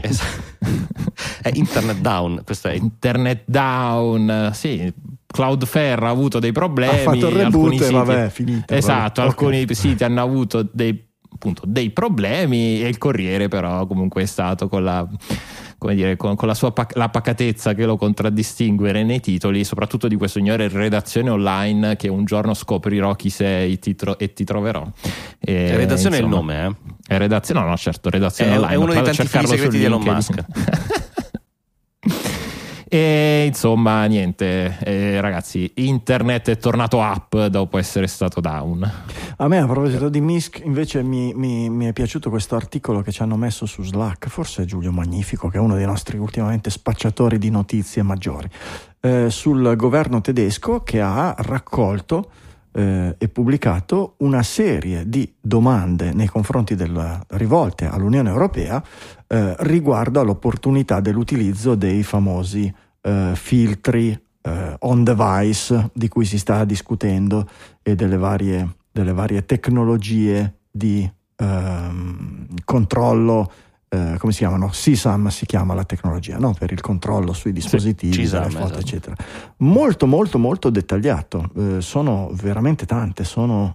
[SPEAKER 4] È internet down, questo è
[SPEAKER 3] internet down, sì. Cloudflare ha avuto dei problemi,
[SPEAKER 1] ha fatto il reboot,
[SPEAKER 3] alcuni siti,
[SPEAKER 1] vabbè, finito.
[SPEAKER 3] Esatto, alcuni siti hanno avuto dei problemi, e il Corriere però comunque è stato con la sua la pacatezza che lo contraddistingue nei titoli, soprattutto di questo signore redazione online, che un giorno scoprirò chi sei e ti troverò.
[SPEAKER 4] Redazione è il nome,
[SPEAKER 3] È redazione, no, certo, redazione online.
[SPEAKER 4] È uno dei tanti figli segreti di Elon Musk.
[SPEAKER 3] E insomma, niente, ragazzi, internet è tornato up dopo essere stato down.
[SPEAKER 1] A me, a proposito di Musk, invece mi è piaciuto questo articolo che ci hanno messo su Slack, forse è Giulio Magnifico, che è uno dei nostri ultimamente spacciatori di notizie maggiori, sul governo tedesco, che ha raccolto e pubblicato una serie di domande nei confronti rivolte all'Unione Europea riguardo all'opportunità dell'utilizzo dei famosi filtri on device di cui si sta discutendo, e delle varie tecnologie di controllo, come si chiamano? CSAM si chiama la tecnologia, no? Per il controllo sui dispositivi, delle foto, esatto, eccetera. Molto molto molto dettagliato, sono veramente tante, sono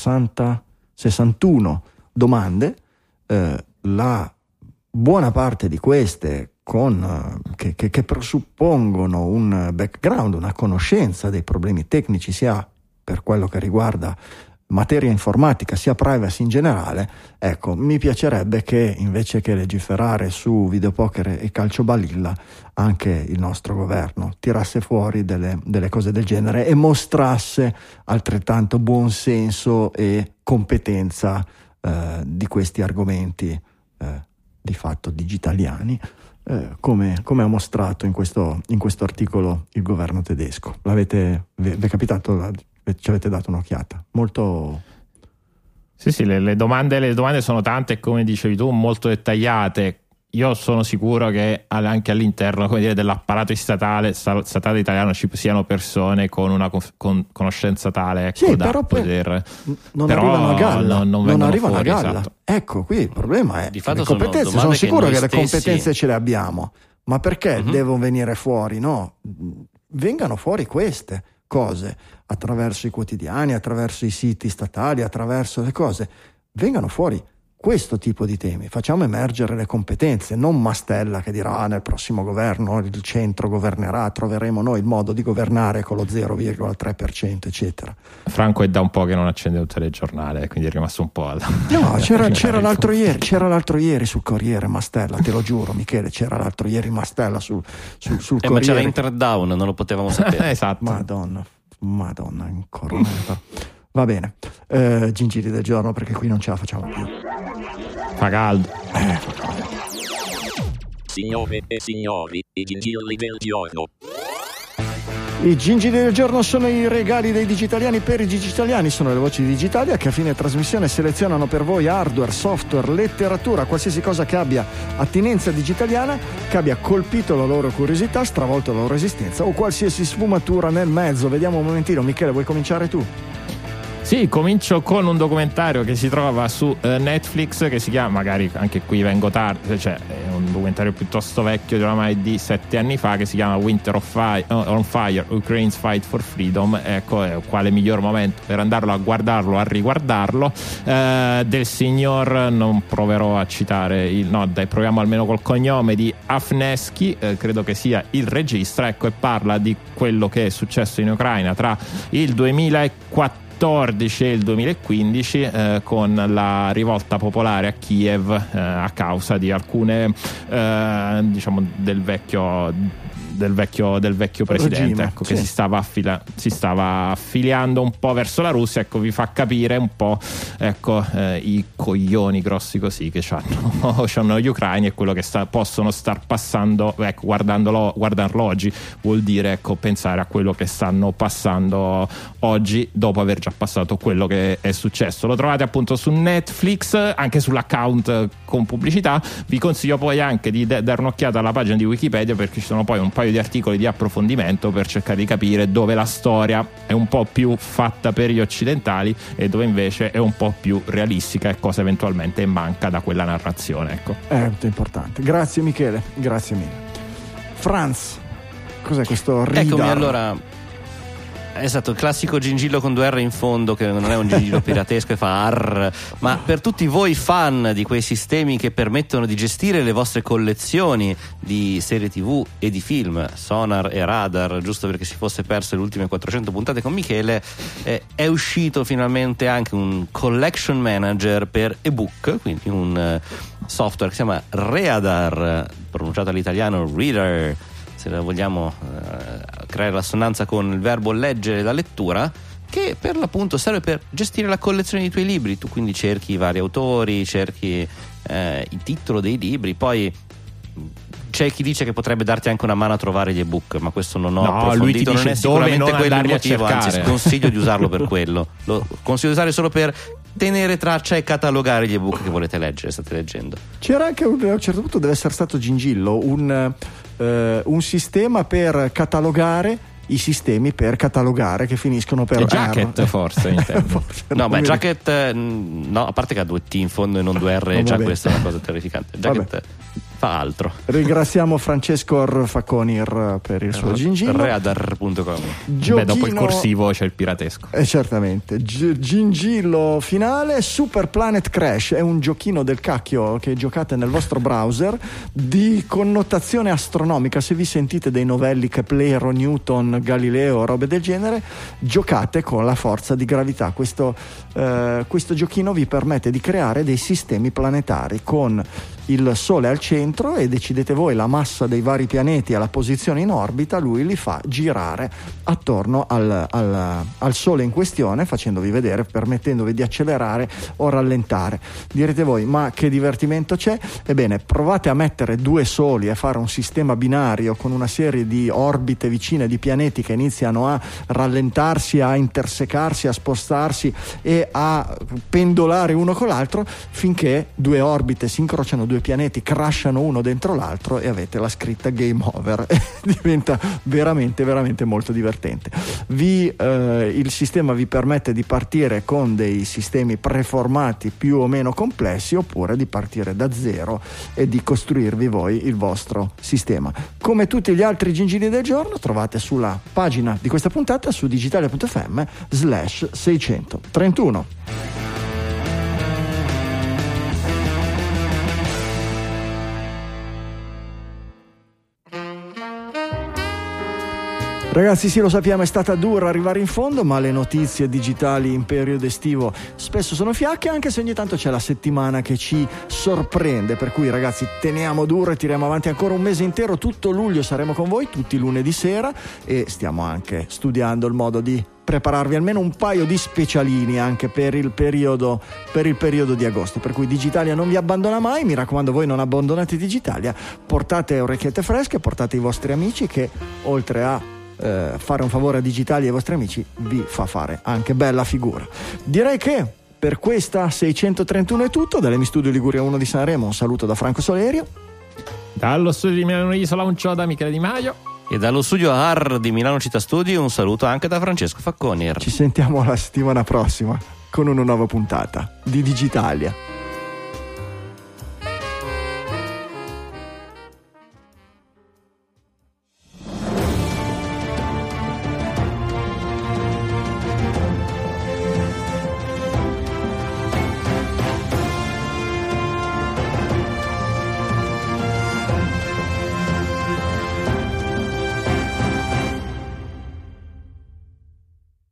[SPEAKER 1] 61 domande, la buona parte di queste che presuppongono un background, una conoscenza dei problemi tecnici, sia per quello che riguarda materia informatica sia privacy in generale. Ecco, mi piacerebbe che invece che legiferare su videopoker e calciobalilla, anche il nostro governo tirasse fuori delle cose del genere e mostrasse altrettanto buon senso e competenza di questi argomenti di fatto digitaliani, come ha mostrato in questo articolo il governo tedesco. Vi è capitato? Ci avete dato un'occhiata? Molto...
[SPEAKER 3] Sì, le domande sono tante, come dicevi tu, molto dettagliate. Io sono sicuro che anche all'interno, come dire, dell'apparato statale italiano ci siano persone con una conoscenza tale, ecco,
[SPEAKER 1] sì,
[SPEAKER 3] da
[SPEAKER 1] però
[SPEAKER 3] poter...
[SPEAKER 1] non arrivano a galla.
[SPEAKER 3] Non arrivano
[SPEAKER 1] a galla.
[SPEAKER 3] Esatto.
[SPEAKER 1] Ecco, qui il problema è
[SPEAKER 4] di fatto
[SPEAKER 1] le competenze. Sono sicuro che le competenze ce le abbiamo, ma perché devono venire fuori? No, vengano fuori queste cose attraverso i quotidiani, attraverso i siti statali, attraverso le cose, vengano fuori questo tipo di temi, facciamo emergere le competenze, non Mastella che dirà nel prossimo governo il centro governerà, troveremo noi il modo di governare con lo 0,3%, eccetera.
[SPEAKER 3] Franco è da un po' che non accende un telegiornale, quindi è rimasto un po'
[SPEAKER 1] No, c'era l'altro ieri sul Corriere Mastella, te lo giuro Michele, c'era l'altro ieri Mastella sul Corriere.
[SPEAKER 4] Ma c'era internet down, non lo potevamo sapere.
[SPEAKER 3] Esatto.
[SPEAKER 1] Madonna, ancora una. Va bene, gingilli del giorno, perché qui non ce la facciamo più.
[SPEAKER 3] Fa caldo.
[SPEAKER 2] Signore e signori, i gingilli del giorno.
[SPEAKER 1] I gingilli del giorno sono i regali dei digitaliani per i digitaliani, sono le voci di Digitalia che a fine trasmissione selezionano per voi hardware, software, letteratura, qualsiasi cosa che abbia attinenza digitaliana, che abbia colpito la loro curiosità, stravolto la loro esistenza o qualsiasi sfumatura nel mezzo. Vediamo un momentino, Michele, vuoi cominciare tu?
[SPEAKER 3] Sì, comincio con un documentario che si trova su Netflix, che si chiama, magari anche qui vengo tardi, cioè è un documentario piuttosto vecchio, oramai di 7 anni fa, che si chiama Winter on Fire, Ukraine's Fight for Freedom. Ecco, quale miglior momento per andarlo a guardarlo, a riguardarlo, del signor, non proverò a citare proviamo almeno col cognome, di Afnesky, credo che sia il regista, ecco, e parla di quello che è successo in Ucraina tra il 2014 e il 2015, con la rivolta popolare a Kiev a causa di alcune del vecchio del vecchio presidente, regime, ecco, che si stava affiliando un po' verso la Russia. Ecco, vi fa capire un po', ecco, i coglioni grossi così che c'hanno gli ucraini, e quello che possono star passando, ecco, guardarlo oggi vuol dire, ecco, pensare a quello che stanno passando oggi dopo aver già passato quello che è successo. Lo trovate appunto su Netflix, anche sull'account con pubblicità. Vi consiglio poi anche di dare un'occhiata alla pagina di Wikipedia, perché ci sono poi un paio di articoli di approfondimento per cercare di capire dove la storia è un po' più fatta per gli occidentali e dove invece è un po' più realistica, e cosa eventualmente manca da quella narrazione, ecco.
[SPEAKER 1] È importante. Grazie Michele, grazie mille. Franz, cos'è questo Ridar?
[SPEAKER 4] Eccomi, allora. Esatto, il classico gingillo con 2 R in fondo, che non è un gingillo piratesco e fa arr, ma per tutti voi fan di quei sistemi che permettono di gestire le vostre collezioni di serie TV e di film, Sonar e Radar, giusto perché si fosse perso le ultime 400 puntate con Michele, è uscito finalmente anche un collection manager per ebook, quindi un software che si chiama Readar, pronunciato all'italiano Reader, se vogliamo creare l'assonanza con il verbo leggere la lettura, che per l'appunto serve per gestire la collezione dei tuoi libri. Tu quindi cerchi i vari autori, cerchi il titolo dei libri, poi c'è chi dice che potrebbe darti anche una mano a trovare gli ebook, ma questo non ho approfondito, non è sicuramente quello il motivo, anzi sconsiglio di usarlo per quello, lo consiglio di usare solo per tenere traccia e catalogare gli ebook che volete leggere, state leggendo.
[SPEAKER 1] C'era anche a un certo punto, deve essere stato Gingillo, un sistema per catalogare i sistemi per catalogare che finiscono per
[SPEAKER 3] Jacket, forse,
[SPEAKER 4] forse no, beh, Jacket no, a parte che ha 2 T in fondo e non 2 R, già questa è una cosa terrificante. Jacket fa altro.
[SPEAKER 1] Ringraziamo Francesco Facconir per il suo gingillo.
[SPEAKER 4] Readar.com.
[SPEAKER 3] Beh, dopo il corsivo c'è il piratesco.
[SPEAKER 1] Certamente. Gingillo finale: Super Planet Crash è un giochino del cacchio che giocate nel vostro browser, di connotazione astronomica. Se vi sentite dei novelli Keplero, Newton, Galileo, robe del genere, giocate con la forza di gravità. Questo giochino vi permette di creare dei sistemi planetari con il Sole al centro, e decidete voi la massa dei vari pianeti alla posizione in orbita. Lui li fa girare attorno al Sole in questione, facendovi vedere, permettendovi di accelerare o rallentare. Direte voi, ma che divertimento c'è? Ebbene, provate a mettere 2 soli e fare un sistema binario con una serie di orbite vicine di pianeti che iniziano a rallentarsi, a intersecarsi, a spostarsi e a pendolare uno con l'altro, finché 2 orbite si incrociano, 2 pianeti crashano uno dentro l'altro e avete la scritta game over. Diventa veramente veramente molto divertente. Il sistema vi permette di partire con dei sistemi preformati più o meno complessi, oppure di partire da zero e di costruirvi voi il vostro sistema. Come tutti gli altri gingilli del giorno, trovate sulla pagina di questa puntata su digitalia.fm/631. Ragazzi, sì, lo sappiamo, è stata dura arrivare in fondo, ma le notizie digitali in periodo estivo spesso sono fiacche, anche se ogni tanto c'è la settimana che ci sorprende. Per cui, ragazzi, teniamo duro e tiriamo avanti ancora un mese intero. Tutto luglio saremo con voi, tutti i lunedì sera, e stiamo anche studiando il modo di prepararvi almeno un paio di specialini anche per il periodo di agosto. Per cui Digitalia non vi abbandona mai. Mi raccomando, voi non abbandonate Digitalia, portate orecchiette fresche, portate i vostri amici, che oltre a fare un favore a Digitalia e ai vostri amici vi fa fare anche bella figura. Direi che per questa 631 è tutto. Dall'Emi Studio Liguria 1 di Sanremo un saluto da Franco Solerio,
[SPEAKER 3] dallo studio di Milano Isola un ciao da Michele Di Maio,
[SPEAKER 4] e dallo studio AR di Milano Città Studi un saluto anche da Francesco Facconi.
[SPEAKER 1] Ci sentiamo la settimana prossima con una nuova puntata di Digitalia.